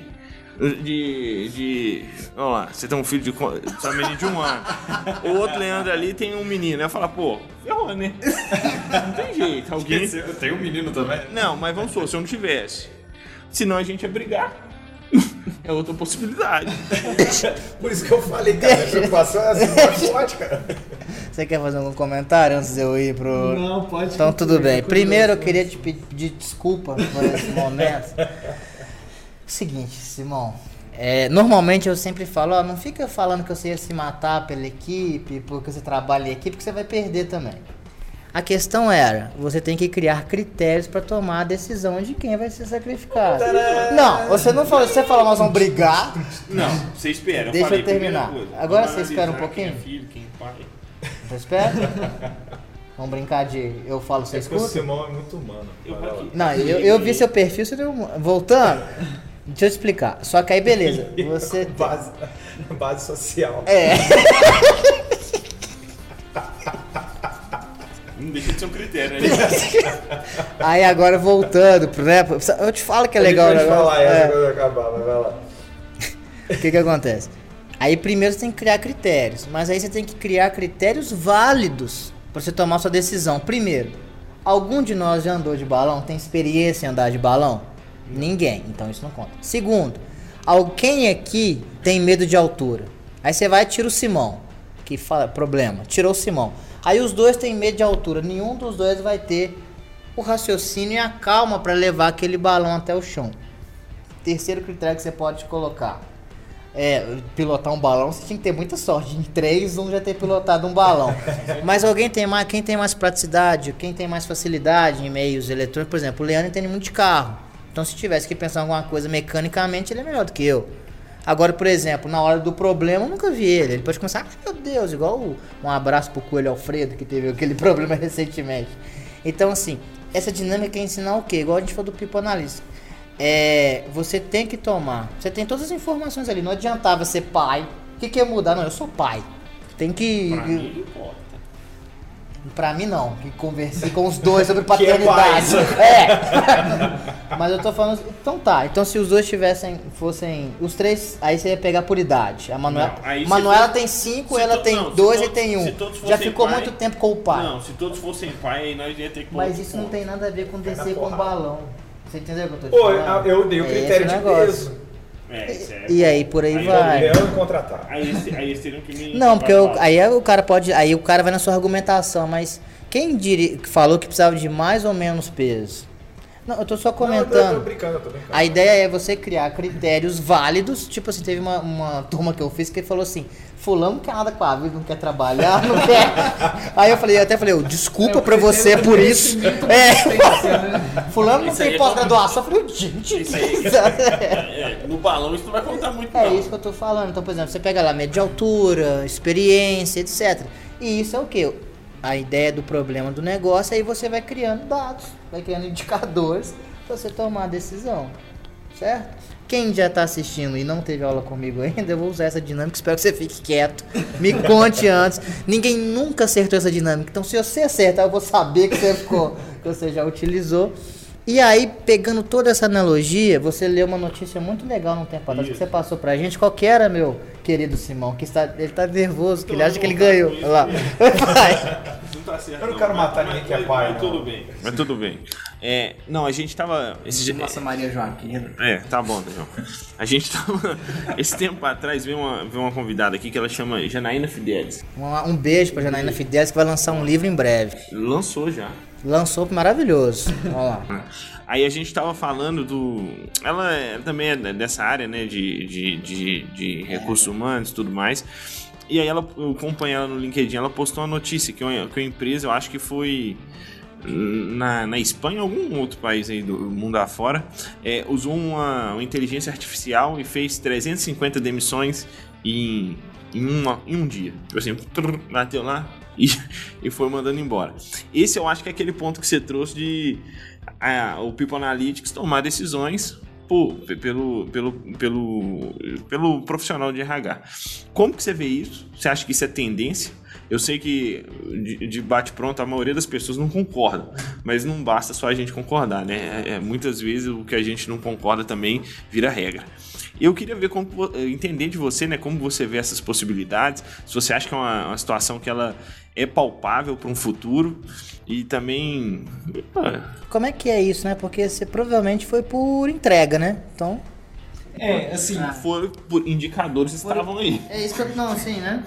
vamos lá, você tem um filho de uma menina de 1 ano. O outro Leandro ali tem um menino. Eu falo, pô, ferrou, né? Não tem jeito. Alguém... Tem um menino também? Não, mas vamos supor, se eu não tivesse. Senão a gente ia brigar. É outra possibilidade. Por isso que eu falei, cara, a preocupação é assim, mais forte, cara. Você quer fazer algum comentário antes de eu ir pro... Não, pode. Então tudo bem. Primeiro eu queria te pedir desculpa por esse momento. Seguinte, Simão. Normalmente eu sempre falo, ó, não fica falando que você ia se matar pela equipe, porque você trabalha em equipe, que você vai perder também. A questão era, você tem que criar critérios para tomar a decisão de quem vai ser sacrificado. Não, você não falou, você falou, nós vamos brigar. Não, você espera. Deixa eu terminar. Agora você espera um pouquinho. Quem é filho, quem é pai. Você espera? Vamos brincar de eu falo, você escuta? O Simão é muito humano. Não, eu vi seu perfil, você deu... Voltando, deixa eu explicar. Só que aí, beleza, você... Base social. Não deixa de ser um critério, né? Aí agora voltando, né? Eu te falo que é legal o negócio. Quando acabar, mas vai lá. O que acontece? Aí primeiro você tem que criar critérios, mas aí você tem que criar critérios válidos para você tomar sua decisão. Primeiro, algum de nós já andou de balão? Tem experiência em andar de balão? Ninguém, então isso não conta. Segundo, alguém aqui tem medo de altura? Aí você vai e tira o Simão, que fala, problema, tirou o Simão. Aí os dois têm medo de altura, nenhum dos dois vai ter o raciocínio e a calma para levar aquele balão até o chão. Terceiro critério que você pode colocar pilotar um balão, você tinha que ter muita sorte. Em 3, um já ter pilotado um balão. Mas quem tem mais praticidade, quem tem mais facilidade em meios eletrônicos, por exemplo, o Leandro entende muito de carro. Então se tivesse que pensar em alguma coisa mecanicamente, ele é melhor do que eu. Agora, por exemplo, na hora do problema, eu nunca vi ele. Ele pode começar, meu Deus, igual um abraço pro Coelho Alfredo, que teve aquele problema recentemente. Então, assim, essa dinâmica é ensinar o quê? Igual a gente falou do People Analyst. Você tem que tomar. Você tem todas as informações ali. Não adiantava ser pai. O que ia mudar? Não, eu sou pai. Tem que... Pra mim, não importa. Pra mim não, que conversei com os dois sobre paternidade. Mas eu tô falando. Então tá. Então se os dois fossem. Os três, aí você ia pegar por idade. A Manuela tem 5, ela tem 2 e tem 1. Já ficou pai, muito tempo com o pai. Não, se todos fossem pai, aí nós ia ter que. Mas isso não tem nada a ver com descer com balão. Você entendeu o que eu tô te falando? Eu dei o critério de peso. E aí por aí vai. Contratar. Aí eles teriam que me. Não, porque aí o cara pode. Aí o cara vai na sua argumentação, mas quem falou que precisava de mais ou menos peso? Não, eu tô só comentando. Eu tô brincando. A ideia é você criar critérios válidos. Tipo assim, teve uma turma que eu fiz que falou assim: fulano não quer nada com a vida, não quer trabalhar, não quer. Aí eu até falei, desculpa pra você por isso. Fulano não tem pós-graduação. Eu falei, gente, isso aí. No balão isso não vai contar muito, É não. isso que eu tô falando. Então, por exemplo, você pega lá média de altura, experiência, etc. E isso é o quê? A ideia do problema do negócio, aí você vai criando dados, vai criando indicadores pra você tomar a decisão, certo? Quem já tá assistindo e não teve aula comigo ainda, eu vou usar essa dinâmica, espero que você fique quieto, me conte antes. Ninguém nunca acertou essa dinâmica, então se você acertar eu vou saber que você já utilizou. E aí, pegando toda essa analogia, você leu uma notícia muito legal num tempo atrás que você passou pra gente. Qual que era, meu querido Simão? Ele tá nervoso, que ele acha que ele ganhou. Olha lá. Vai. Não tá certo, Eu não quero matar ninguém que é pai, mas tudo bem. Mas tudo bem. Não, a gente tava... Nossa, Maria Joaquina. Tá bom, João. A gente tava... Esse tempo atrás veio uma convidada aqui que ela chama Janaína Fidelis. Um beijo pra Janaína Fidelis, que vai lançar um livro em breve. Lançou já. Lançou, maravilhoso. Vamos lá. Aí a gente tava falando do... Ela também é dessa área, né, de recursos humanos e tudo mais. E aí eu acompanhei ela no LinkedIn, ela postou uma notícia que uma empresa, eu acho que foi na Espanha, algum outro país aí do mundo afora, usou uma inteligência artificial e fez 350 demissões em um dia. Tipo assim, bateu lá e foi mandando embora. Esse eu acho que é aquele ponto que você trouxe de o People Analytics tomar decisões pelo profissional de RH. Como que você vê isso? Você acha que isso é tendência? Eu sei que de bate-pronto a maioria das pessoas não concorda, mas não basta só a gente concordar, né? Muitas vezes o que a gente não concorda também vira regra. Eu queria ver entender de você, né, como você vê essas possibilidades, se você acha que é uma situação que ela é palpável para um futuro e também... Como é que é isso, né? Porque você provavelmente foi por entrega, né? Então... assim, foram por indicadores que estavam aí. É isso que eu... Não, assim, né?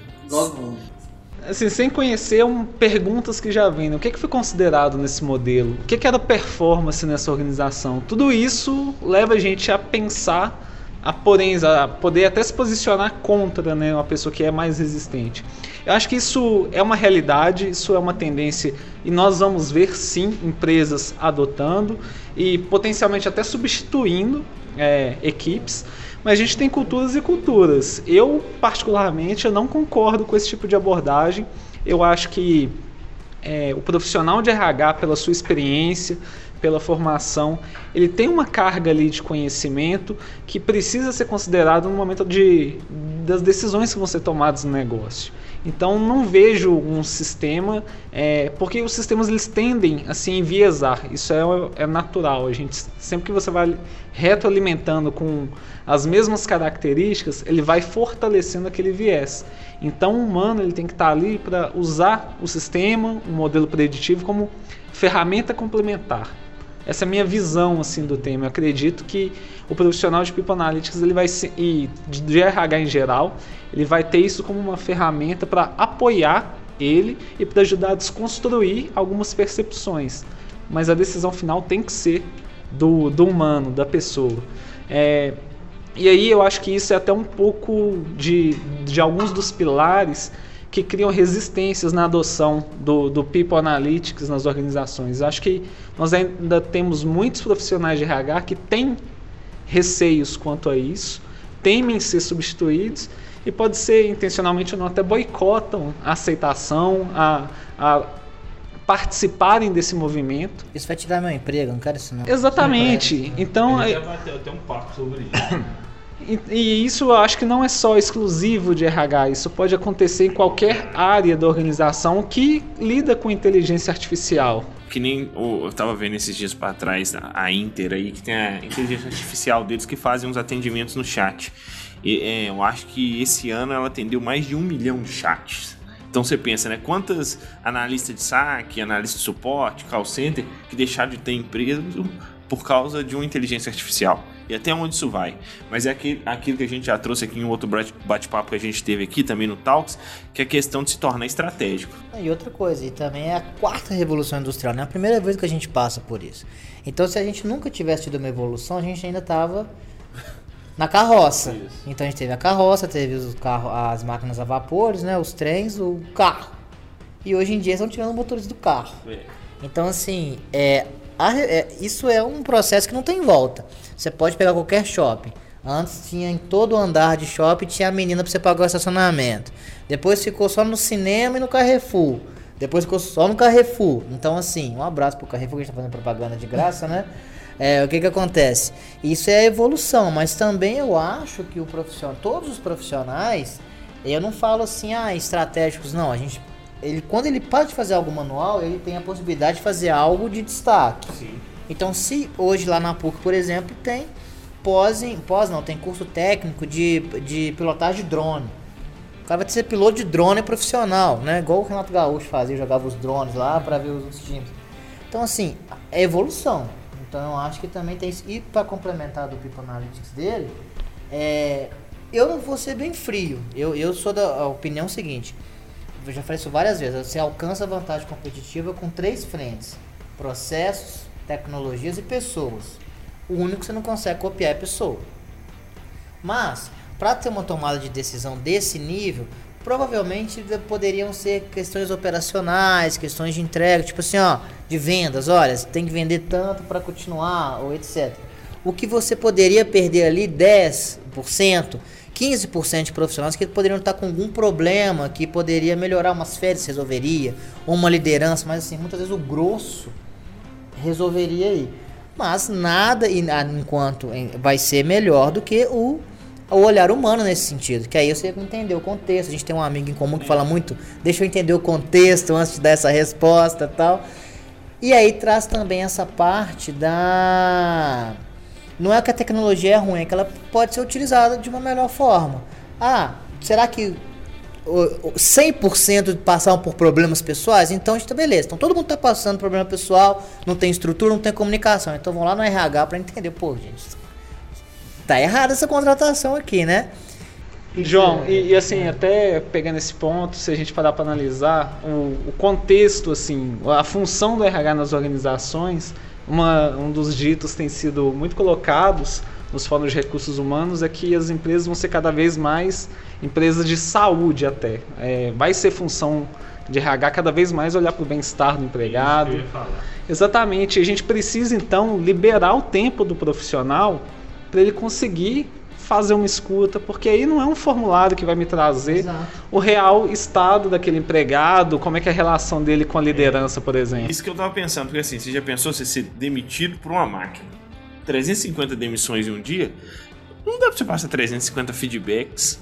Assim, sem conhecer, perguntas que já vêm, né? O que foi considerado nesse modelo? O que era performance nessa organização? Tudo isso leva a gente a pensar, a poder até se posicionar contra, né, uma pessoa que é mais resistente. Eu acho que isso é uma realidade, isso é uma tendência e nós vamos ver sim empresas adotando e potencialmente até substituindo equipes, mas a gente tem culturas e culturas. Eu particularmente não concordo com esse tipo de abordagem. Eu acho que o profissional de RH, pela sua experiência, pela formação, ele tem uma carga ali de conhecimento que precisa ser considerado no momento das decisões que vão ser tomadas no negócio. Então não vejo um sistema, porque os sistemas eles tendem a se enviesar, isso é natural. A gente, sempre que você vai retroalimentando com as mesmas características, ele vai fortalecendo aquele viés. Então o humano ele tem que estar ali para usar o sistema, o modelo preditivo como ferramenta complementar. Essa é a minha visão assim, do tema. Eu acredito que o profissional de People Analytics ele vai ser, e de RH em geral, ele vai ter isso como uma ferramenta para apoiar ele e para ajudar a desconstruir algumas percepções. Mas a decisão final tem que ser do humano, da pessoa. E aí eu acho que isso é até um pouco de alguns dos pilares que criam resistências na adoção do People Analytics nas organizações. Acho que nós ainda temos muitos profissionais de RH que têm receios quanto a isso, temem ser substituídos e pode ser intencionalmente ou não, até boicotam a aceitação, a participarem desse movimento. Isso vai tirar meu emprego, não quero isso não. Exatamente. Então, vai ter um papo sobre isso. E isso eu acho que não é só exclusivo de RH, isso pode acontecer em qualquer área da organização que lida com inteligência artificial. Que nem eu estava vendo esses dias para trás a Inter aí, que tem a inteligência artificial deles que fazem uns atendimentos no chat. E, eu acho que esse ano ela atendeu mais de 1 milhão de chats. Então você pensa, né? Quantas analistas de saque, analistas de suporte, call center, que deixaram de ter emprego por causa de uma inteligência artificial. e até onde isso vai. Mas é aquilo que a gente já trouxe aqui em um outro bate-papo que a gente teve aqui também no Talks, que é a questão de se tornar estratégico. E outra coisa, e também é a 4ª revolução industrial, não é a primeira vez que a gente passa por isso. Então, se a gente nunca tivesse tido uma evolução, a gente ainda estava na carroça. Isso. Então a gente teve a carroça, teve os carros, as máquinas a vapores, né, os trens, o carro. E hoje em dia estão tirando motores do carro. Então, assim, isso é um processo que não tem volta. Você pode pegar qualquer shopping. Antes tinha em todo andar de shopping, tinha a menina para você pagar o estacionamento. Depois ficou só no cinema e no Carrefour. Depois ficou só no Carrefour. Então, assim, um abraço pro Carrefour, que a gente tá fazendo propaganda de graça, né? O que acontece? Isso é a evolução, mas também eu acho que todos os profissionais, eu não falo assim, estratégicos, não. Quando ele para de fazer algo manual, ele tem a possibilidade de fazer algo de destaque. Sim. Então, se hoje lá na PUC, por exemplo, tem tem curso técnico de pilotagem de drone. O cara vai ser piloto de drone profissional, né? Igual o Renato Gaúcho fazia, jogava os drones lá para ver os times. Então, assim, é evolução. Então, eu acho que também tem isso. E para complementar do People Analytics dele, eu não vou ser bem frio. Eu sou da opinião seguinte. Eu já falei isso várias vezes. Você alcança a vantagem competitiva com 3 frentes: processos, tecnologias e pessoas. O único que você não consegue copiar é a pessoa. Mas, para ter uma tomada de decisão desse nível, provavelmente poderiam ser questões operacionais, questões de entrega, tipo assim, de vendas. Olha, você tem que vender tanto para continuar, ou etc. O que você poderia perder ali, 10%, 15% de profissionais que poderiam estar com algum problema, que poderia melhorar umas férias, resolveria, ou uma liderança, mas assim, muitas vezes o grosso resolveria aí. Mas nada, enquanto vai ser melhor do que o olhar humano nesse sentido, que aí você entender o contexto. A gente tem um amigo em comum que fala muito, deixa eu entender o contexto antes de dar essa resposta e tal. E aí traz também essa parte não é que a tecnologia é ruim, é que ela pode ser utilizada de uma melhor forma. Será que 100% passaram por problemas pessoais? Então, beleza. Então, todo mundo está passando por problema pessoal, não tem estrutura, não tem comunicação. Então, vão lá no RH para entender. Gente, tá errada essa contratação aqui, né? João, e assim, até pegando esse ponto, se a gente parar para analisar o contexto, assim, a função do RH nas organizações, um dos ditos tem sido muito colocados nos fóruns de recursos humanos é que as empresas vão ser cada vez mais empresas de saúde até. Vai ser função de RH cada vez mais olhar para o bem-estar do empregado. Isso que eu ia falar. Exatamente. A gente precisa, então, liberar o tempo do profissional para ele conseguir fazer uma escuta, porque aí não é um formulário que vai me trazer o real estado daquele empregado, como é que é a relação dele com a liderança, por exemplo. Isso que eu estava pensando, porque assim, você já pensou você ser demitido por uma máquina? 350 demissões em um dia, não dá pra você passar 350 feedbacks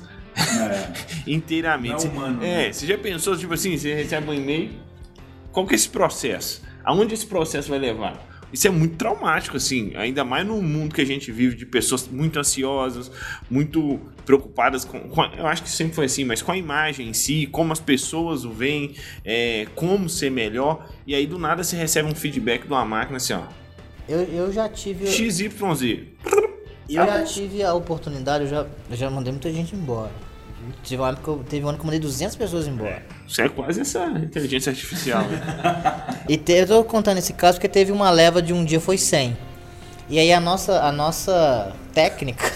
inteiramente. Não é humano, você já pensou, tipo assim, você recebe um e-mail, qual que é esse processo? Aonde esse processo vai levar? Isso é muito traumático, assim, ainda mais no mundo que a gente vive de pessoas muito ansiosas, muito preocupadas eu acho que sempre foi assim, mas com a imagem em si, como as pessoas o veem, como ser melhor, e aí do nada você recebe um feedback de uma máquina assim, Eu já tive... XYZ. Eu já tive a oportunidade, eu já mandei muita gente embora. Teve um ano que eu mandei 200 pessoas embora. Isso é quase essa inteligência artificial. Eu tô contando esse caso porque teve uma leva de um dia foi 100. E aí a nossa técnica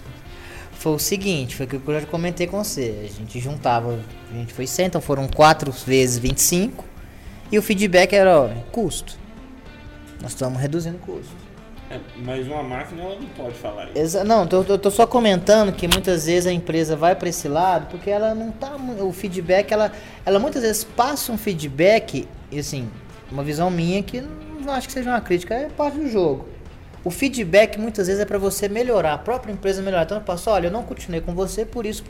foi o seguinte, foi o que eu já comentei com você. A gente juntava, a gente foi 100, então foram 4 vezes 25. E o feedback era, custo. Nós estamos reduzindo o custo. Mas uma máquina ela não pode falar isso. Não, eu tô só comentando que muitas vezes a empresa vai para esse lado porque ela não tá... O feedback, ela muitas vezes passa um feedback, e assim, uma visão minha que não acho que seja uma crítica, é parte do jogo. O feedback muitas vezes é para você melhorar, a própria empresa melhorar. Então eu passo, olha, eu não continuei com você por isso.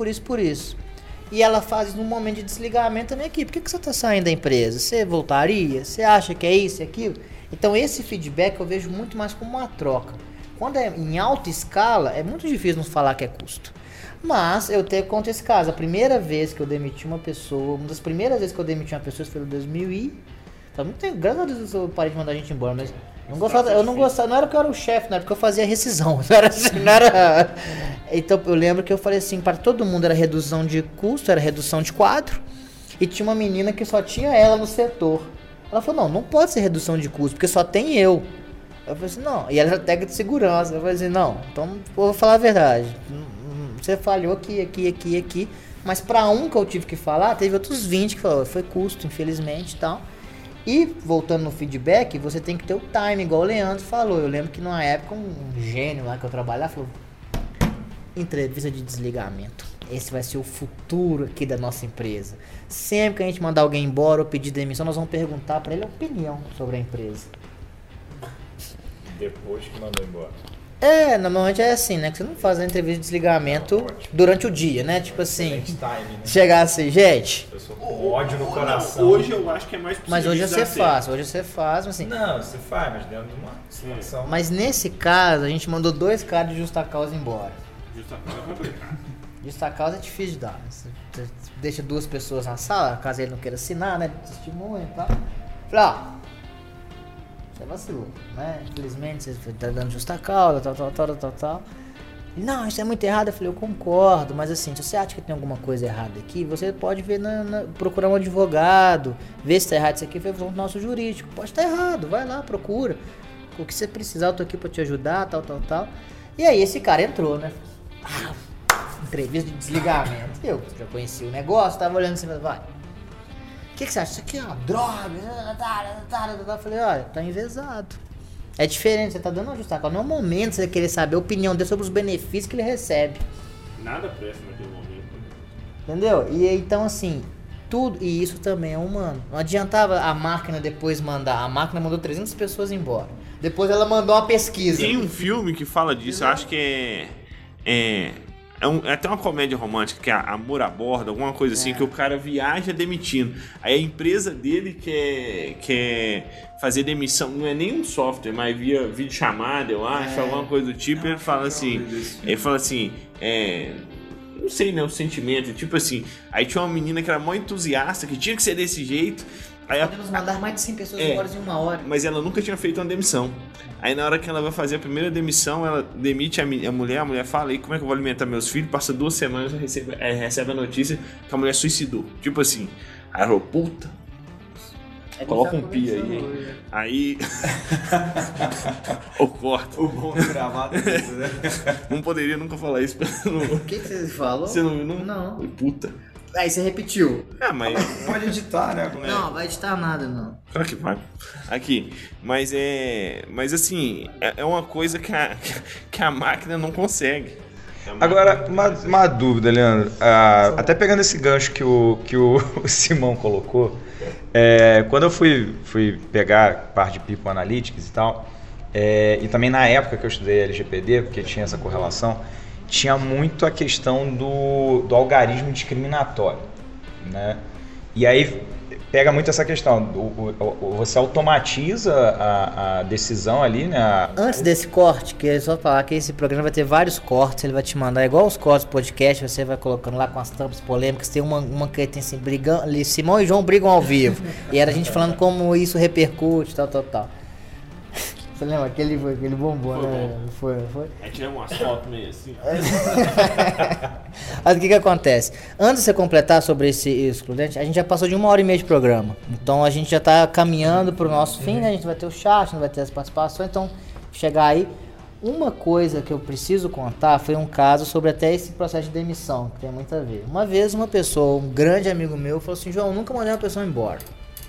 E ela faz no momento de desligamento da minha equipe. Por que você tá saindo da empresa? Você voltaria? Você acha que é isso e aquilo? Então esse feedback eu vejo muito mais como uma troca. Quando é em alta escala, é muito difícil nos falar que é custo. Mas eu conto esse caso. A primeira vez que eu demiti uma pessoa, uma das primeiras vezes que eu demiti uma pessoa foi em 2000 e... Faz muito tempo, graças a Deus eu parei de mandar a gente embora, mas Eu não gostava, não era que eu era o chefe, não era porque eu fazia rescisão. Não era assim, não era. Então eu lembro que eu falei assim, para todo mundo era redução de custo, era redução de quadro. E tinha uma menina que só tinha ela no setor. Ela falou, não pode ser redução de custo, porque só tem eu. Eu falei assim, não. E ela era técnica de segurança. Eu falei assim, não, então eu vou falar a verdade. Você falhou aqui. Mas para um que eu tive que falar, teve outros 20 que falaram, foi custo, infelizmente e tal. E voltando no feedback, você tem que ter o time, igual o Leandro falou. Eu lembro que numa época um gênio lá que eu trabalhava falou, entrevista de desligamento. Esse vai ser o futuro aqui da nossa empresa. Sempre que a gente mandar alguém embora ou pedir demissão, nós vamos perguntar para ele a opinião sobre a empresa. Depois que mandou embora. Normalmente é assim, né? Que você não faz a entrevista de desligamento durante o dia, né? Tipo assim, time, né? chegar assim, gente... Eu sou com ódio no coração. Hoje eu acho que é mais possível. Mas hoje você faz, assim... Não, você faz, mas dentro de uma situação... Mas nesse caso, a gente mandou 2 caras de justa causa embora. Justa causa é complicado. Justa causa é difícil de dar. Você deixa 2 pessoas na sala, caso ele não queira assinar, né? Testemunha e tal. Falei, você vacilou, né? Infelizmente você tá dando justa causa, tal. Não, isso é muito errado. Eu falei, eu concordo, mas assim, se você acha que tem alguma coisa errada aqui, você pode ver, procurar um advogado, ver se tá errado isso aqui, foi o nosso jurídico. Pode estar errado, vai lá, procura. O que você precisar, eu tô aqui pra te ajudar, tal. E aí esse cara entrou, né? Entrevista de desligamento. Eu já conheci o negócio, tava olhando assim, vai. O que você acha? Isso aqui é uma droga. Eu falei, olha, tá envezado. É diferente, você tá dando uma justa causa. Não é o momento de você querer saber a opinião dele sobre os benefícios que ele recebe. Nada presta naquele momento. Entendeu? E então, assim, tudo. E isso também é humano. Não adiantava a máquina depois mandar. A máquina mandou 300 pessoas embora. Depois ela mandou uma pesquisa. Tem um filme que fala disso, eu acho que é até uma comédia romântica, que é Amor a Bordo, alguma coisa assim, que o cara viaja demitindo. Aí a empresa dele quer fazer demissão, não é nem um software, mas via videochamada, eu acho, alguma coisa do tipo, ele fala assim, não sei, né, o sentimento, tipo assim, aí tinha uma menina que era mó entusiasta, que tinha que ser desse jeito. Aí podemos mandar mais de 100 pessoas embora em 1 hora. Mas ela nunca tinha feito uma demissão. Aí na hora que ela vai fazer a primeira demissão, ela demite a mulher fala, aí como é que eu vou alimentar meus filhos? Passa 2 semanas e recebe a notícia que a mulher suicidou. Tipo assim, aí ela falou, puta, coloca um pi aí. Hoje. Aí... Ou corta. O bom do gravado é isso, né? Não poderia nunca falar isso. O que você falou? Você não viu? Não. Puta. Aí você repetiu. Mas... Pode editar, né? Não, vai editar nada, não. Claro que vai. Aqui. Mas assim, é uma coisa que a máquina não consegue. Agora, uma dúvida, Leandro. Até pegando esse gancho que o Simão colocou, quando eu fui pegar parte de People Analytics e tal, e também na época que eu estudei LGPD, porque tinha essa correlação, tinha muito a questão do algarismo discriminatório, né? E aí pega muito essa questão, você automatiza a decisão ali, né? Antes desse corte, que é só falar que esse programa vai ter vários cortes, ele vai te mandar igual os cortes do podcast, você vai colocando lá com as tampas polêmicas, tem uma que tem assim, brigando, Simão e João brigam ao vivo, e era a gente falando como isso repercute, tal. Você lembra? Aquele bombou, né? Foi. Aí tiramos umas fotos meio assim. Mas o que acontece? Antes de você completar sobre esse excludente, a gente já passou de 1h30 de programa. Então a gente já está caminhando para o nosso fim, né? A gente vai ter o chat, não vai ter as participações. Então, chegar aí. Uma coisa que eu preciso contar foi um caso sobre até esse processo de demissão, que tem muito a ver. Uma vez uma pessoa, um grande amigo meu, falou assim, João, nunca mandei uma pessoa embora.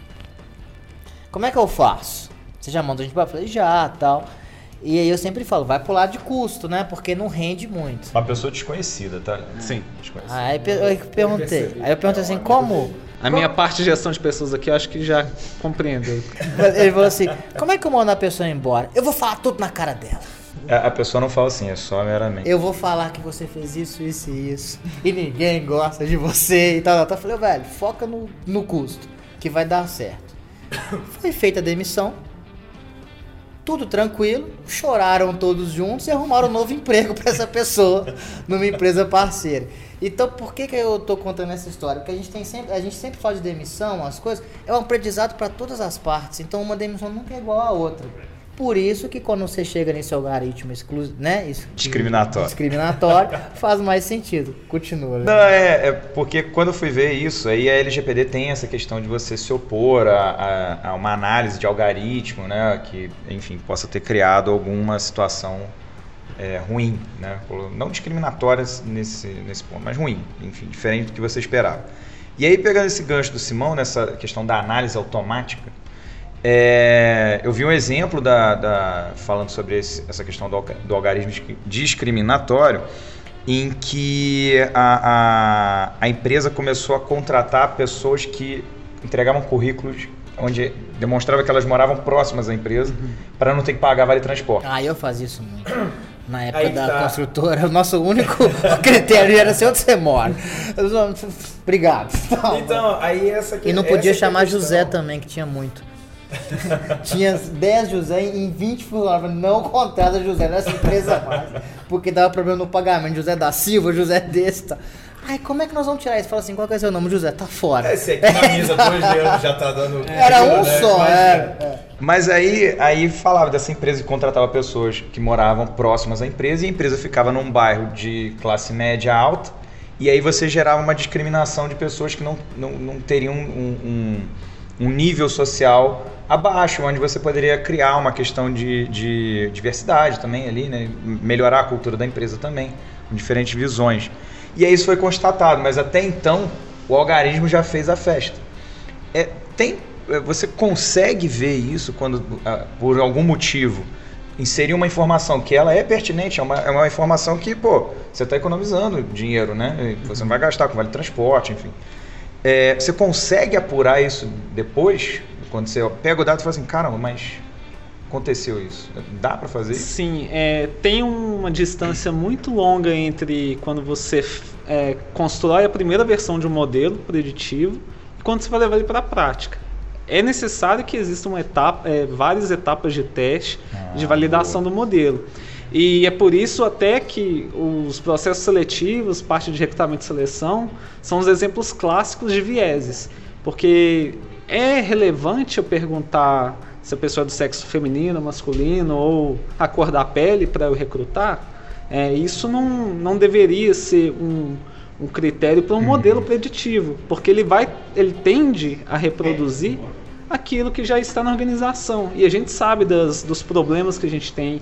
Como é que eu faço? Você já mandou a gente embora? Eu falei, já, tal. E aí eu sempre falo, vai pro lado de custo, né? Porque não rende muito. Uma pessoa desconhecida, tá? Sim, desconhecida. Aí eu perguntei assim, como... A minha parte de gestão de pessoas aqui, eu acho que já compreendeu. Ele falou assim, como é que eu mando a pessoa embora? Eu vou falar tudo na cara dela. A pessoa não fala assim, é só meramente. Eu vou falar que você fez isso, isso e isso. E ninguém gosta de você e tal. Eu falei, velho, foca no custo, que vai dar certo. Foi feita a demissão. Tudo tranquilo, choraram todos juntos e arrumaram um novo emprego para essa pessoa numa empresa parceira. Então, por que eu tô contando essa história? Porque a gente sempre fala de demissão, as coisas, é um aprendizado para todas as partes. Então, uma demissão nunca é igual a outra. Por isso que quando você chega nesse algoritmo discriminatório, faz mais sentido. Continua. Né? Não, é porque quando eu fui ver isso, aí a LGPD tem essa questão de você se opor a uma análise de algoritmo, né, que, enfim, possa ter criado alguma situação ruim, né, não discriminatória nesse ponto, mas ruim, enfim, diferente do que você esperava. E aí, pegando esse gancho do Simão, nessa questão da análise automática, eu vi um exemplo falando sobre essa questão do algarismo discriminatório, em que a empresa começou a contratar pessoas que entregavam currículos onde demonstrava que elas moravam próximas à empresa, para não ter que pagar vale transporte. Eu fazia isso muito. Na época da construtora, o nosso único critério era ser onde você mora. Obrigado. Então, aí E não podia chamar José também, que tinha muito. Tinha 10 José em 20 funcionários. Não contrata José nessa empresa mais. Porque dava problema no pagamento. José da Silva, José Desta. Ai, como é que nós vamos tirar isso? Fala assim, qual que é o seu nome? José, tá fora. Esse aqui na mesa 2 anos já tá dando... Era um só, Mas aí falava dessa empresa que contratava pessoas que moravam próximas à empresa, e a empresa ficava num bairro de classe média alta, e aí você gerava uma discriminação de pessoas que não teriam um nível social abaixo, onde você poderia criar uma questão de diversidade também ali, né? Melhorar a cultura da empresa também, com diferentes visões. E aí isso foi constatado, mas até então o algarismo já fez a festa. Você consegue ver isso quando, por algum motivo, inserir uma informação que ela é pertinente, é uma informação que, você está economizando dinheiro, né? Você não vai gastar com vale transporte, enfim. Você consegue apurar isso depois, quando você pega o dado e fala assim, caramba, mas aconteceu isso. Dá para fazer isso? Sim, tem uma distância muito longa entre quando você constrói a primeira versão de um modelo preditivo e quando você vai levar ele para a prática. É necessário que existam várias etapas de teste, de validação do modelo. E é por isso até que os processos seletivos, parte de recrutamento e seleção, são os exemplos clássicos de vieses. Porque é relevante eu perguntar se a pessoa é do sexo feminino, masculino ou a cor da pele para eu recrutar. Isso não deveria ser um critério para um modelo preditivo, porque ele tende a reproduzir aquilo que já está na organização. E a gente sabe dos problemas que a gente tem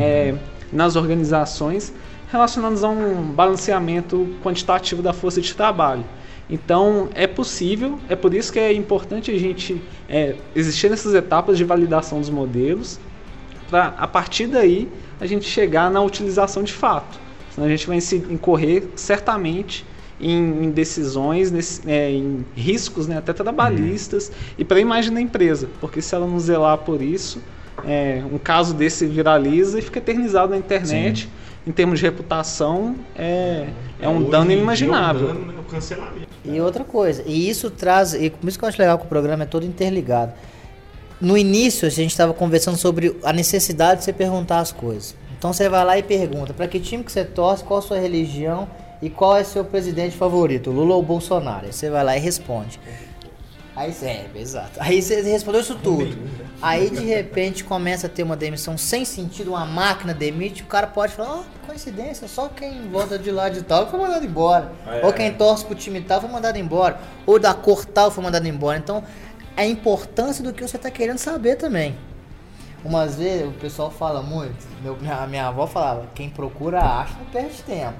nas organizações relacionados a um balanceamento quantitativo da força de trabalho. Então, é possível, é por isso que é importante a gente existir nessas etapas de validação dos modelos, para, a partir daí, a gente chegar na utilização de fato. Senão a gente vai se incorrer certamente em decisões, em riscos, né, até trabalhistas, e para a imagem da empresa, porque se ela não zelar por isso, um caso desse viraliza e fica eternizado na internet. Sim. Em termos de reputação, é um dano inimaginável. Um dano no cancelamento. E outra coisa, e isso traz, e por isso que eu acho legal que o programa é todo interligado. No início, a gente estava conversando sobre a necessidade de você perguntar as coisas. Então você vai lá e pergunta, para que time que você torce, qual a sua religião e qual é seu presidente favorito, Lula ou Bolsonaro? Aí você vai lá e responde. Aí exato. Aí você respondeu isso tudo. Aí de repente começa a ter uma demissão sem sentido, uma máquina demite, o cara pode falar, coincidência, só quem volta de lá de tal foi mandado embora. Ou quem torce pro time tal foi mandado embora. Ou da cor tal foi mandado embora. Então, a importância do que você tá querendo saber também. Umas vezes o pessoal fala muito, minha avó falava, quem procura acha, não perde tempo.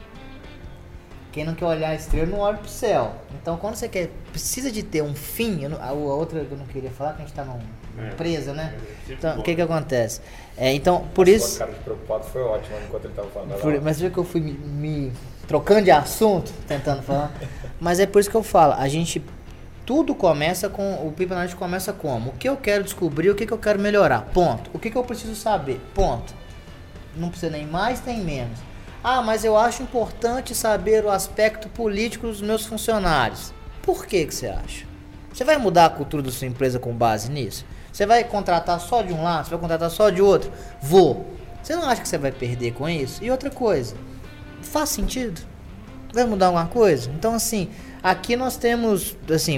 Quem não quer olhar a estrela não olha pro céu. Então quando você precisa de ter um fim, a outra que eu não queria falar, que a gente tá numa empresa, né? Então o que acontece? Então por isso... O cara de preocupado foi ótimo enquanto ele tava falando. Mas viu que eu fui me trocando de assunto, tentando falar. Mas é por isso que eu falo, tudo começa com... O People Analytics começa como? O que eu quero descobrir, o que eu quero melhorar, ponto. O que eu preciso saber, ponto. Não precisa nem mais, nem menos. Mas eu acho importante saber o aspecto político dos meus funcionários. Por que você acha? Você vai mudar a cultura da sua empresa com base nisso? Você vai contratar só de um lado? Você vai contratar só de outro? Vou. Você não acha que você vai perder com isso? E outra coisa, faz sentido? Vai mudar alguma coisa? Então, assim, aqui nós temos, assim,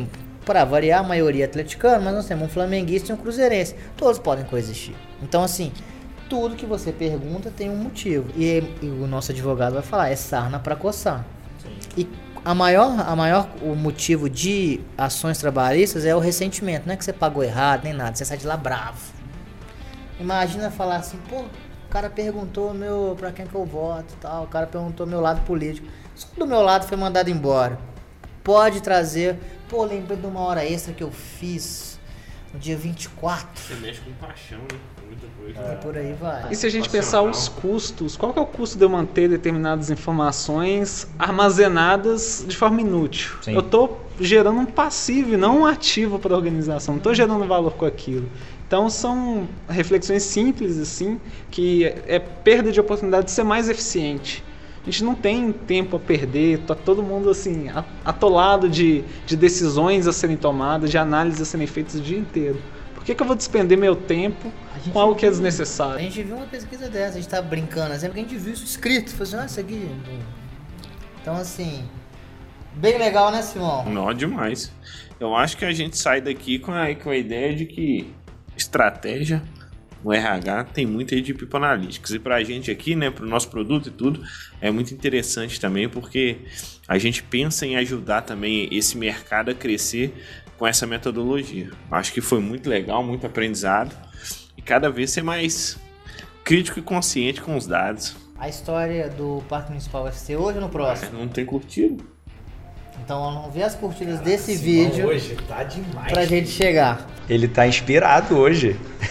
para variar, a maioria é atleticano, mas nós temos um flamenguista e um cruzeirense. Todos podem coexistir. Então, assim, tudo que você pergunta tem um motivo. E o nosso advogado vai falar, é sarna para coçar. Sim. E o motivo de ações trabalhistas é o ressentimento. Não é que você pagou errado, nem nada. Você sai de lá bravo. Imagina falar assim, pô, o cara perguntou pra quem que eu voto e tal. O cara perguntou meu lado político. Só do meu lado foi mandado embora. Pode trazer... Pô, lembrei de uma hora extra que eu fiz no dia 24. Você mexe com paixão, né? Muita coisa. E por aí vai. E se a gente pensar os custos, qual que é o custo de eu manter determinadas informações armazenadas de forma inútil? Sim. Eu estou gerando um passivo e não um ativo para a organização. Não estou gerando valor com aquilo. Então são reflexões simples, assim, que é perda de oportunidade de ser mais eficiente. A gente não tem tempo a perder, tá todo mundo assim, atolado de decisões a serem tomadas, de análises a serem feitas o dia inteiro. Por que eu vou despender meu tempo com algo que é desnecessário? A gente viu uma pesquisa dessa, a gente tá brincando, assim, porque a gente viu isso escrito, falou assim, isso aqui... Então, assim, bem legal, né, Simão? Não, demais. Eu acho que a gente sai daqui com a ideia de que estratégia... O RH tem muito aí de People Analytics. E pra gente aqui, né, pro nosso produto e tudo, é muito interessante também, porque a gente pensa em ajudar também esse mercado a crescer com essa metodologia. Acho que foi muito legal, muito aprendizado. E cada vez ser mais crítico e consciente com os dados. A história do Parque Municipal vai ser hoje ou no próximo? Não tem curtido. Então vamos ver as curtidas desse vídeo hoje tá demais pra gente chegar. Ele tá inspirado hoje.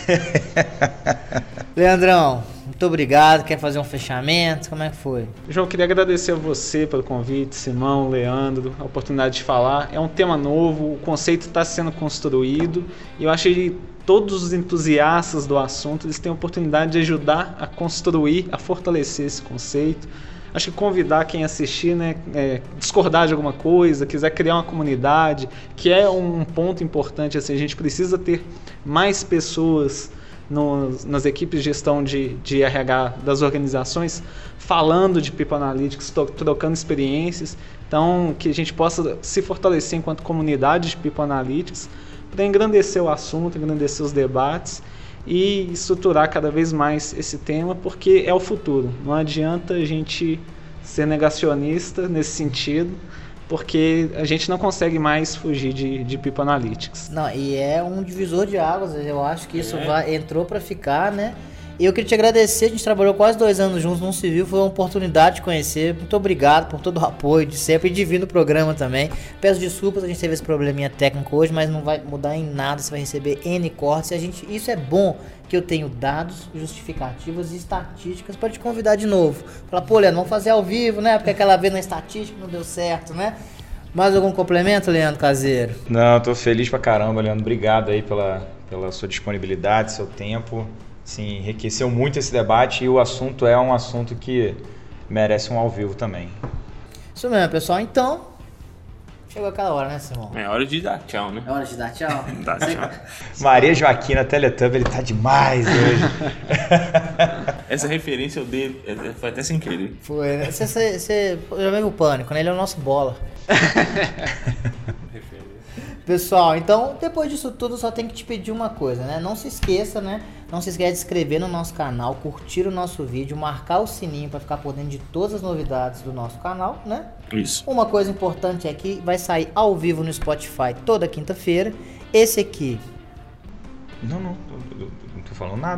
Leandrão, muito obrigado. Quer fazer um fechamento? Como é que foi? João, queria agradecer a você pelo convite, Simão, Leandro, a oportunidade de falar. É um tema novo, o conceito está sendo construído e eu acho que todos os entusiastas do assunto eles têm a oportunidade de ajudar a construir, a fortalecer esse conceito. Acho que convidar quem assistir, né, discordar de alguma coisa, quiser criar uma comunidade, que é um ponto importante, assim, a gente precisa ter mais pessoas nas equipes de gestão de RH das organizações falando de People Analytics, trocando experiências, então que a gente possa se fortalecer enquanto comunidade de People Analytics para engrandecer o assunto, engrandecer os debates e estruturar cada vez mais esse tema, porque é o futuro. Não adianta a gente ser negacionista nesse sentido, porque a gente não consegue mais fugir de People Analytics. Não, e é um divisor de águas, eu acho que isso entrou para ficar, né? E eu queria te agradecer, a gente trabalhou quase 2 anos juntos num civil, foi uma oportunidade de conhecer. Muito obrigado por todo o apoio de sempre e de vir no programa também. Peço desculpas, a gente teve esse probleminha técnico hoje, mas não vai mudar em nada, você vai receber N cortes. Isso é bom, que eu tenho dados, justificativas e estatísticas para te convidar de novo. Falar, pô, Leandro, vamos fazer ao vivo, né? Porque aquela vez na estatística não deu certo, né? Mais algum complemento, Leandro Caseiro? Não, eu tô feliz pra caramba, Leandro. Obrigado aí pela sua disponibilidade, seu tempo. Sim, enriqueceu muito esse debate e o assunto é um assunto que merece um ao vivo também. Isso mesmo, pessoal. Então, chegou aquela hora, né, Simão? É hora de dar tchau, né? É hora de dar tchau? Dá tchau. Maria Joaquina Teletubby, ele tá demais hoje. Essa referência eu dei, foi até sem querer. Foi, né? Você já veio o pânico, né? Ele é o nosso bola. Pessoal, então, depois disso tudo, só tem que te pedir uma coisa, né? Não se esqueça, né? Não se esqueça de se inscrever no nosso canal, curtir o nosso vídeo, marcar o sininho para ficar por dentro de todas as novidades do nosso canal, né? Isso. Uma coisa importante é que vai sair ao vivo no Spotify toda quinta-feira. Esse aqui... Não tô falando nada.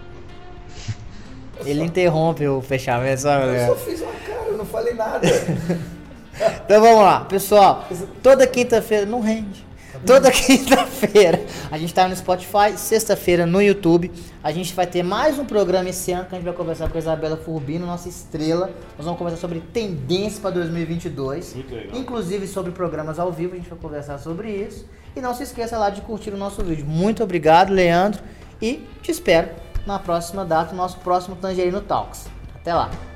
Ele interrompe o fechamento, sabe? Eu só fiz uma cara, eu não falei nada. Então vamos lá, pessoal. Toda quinta-feira, não rende. Toda quinta-feira a gente tá no Spotify, sexta-feira no YouTube. A gente vai ter mais um programa esse ano que a gente vai conversar com a Isabela Furbino, nossa estrela. Nós vamos conversar sobre tendências para 2022. Muito legal. Inclusive sobre programas ao vivo, a gente vai conversar sobre isso. E não se esqueça lá de curtir o nosso vídeo. Muito obrigado, Leandro. E te espero na próxima data, no nosso próximo Tangerino Talks. Até lá.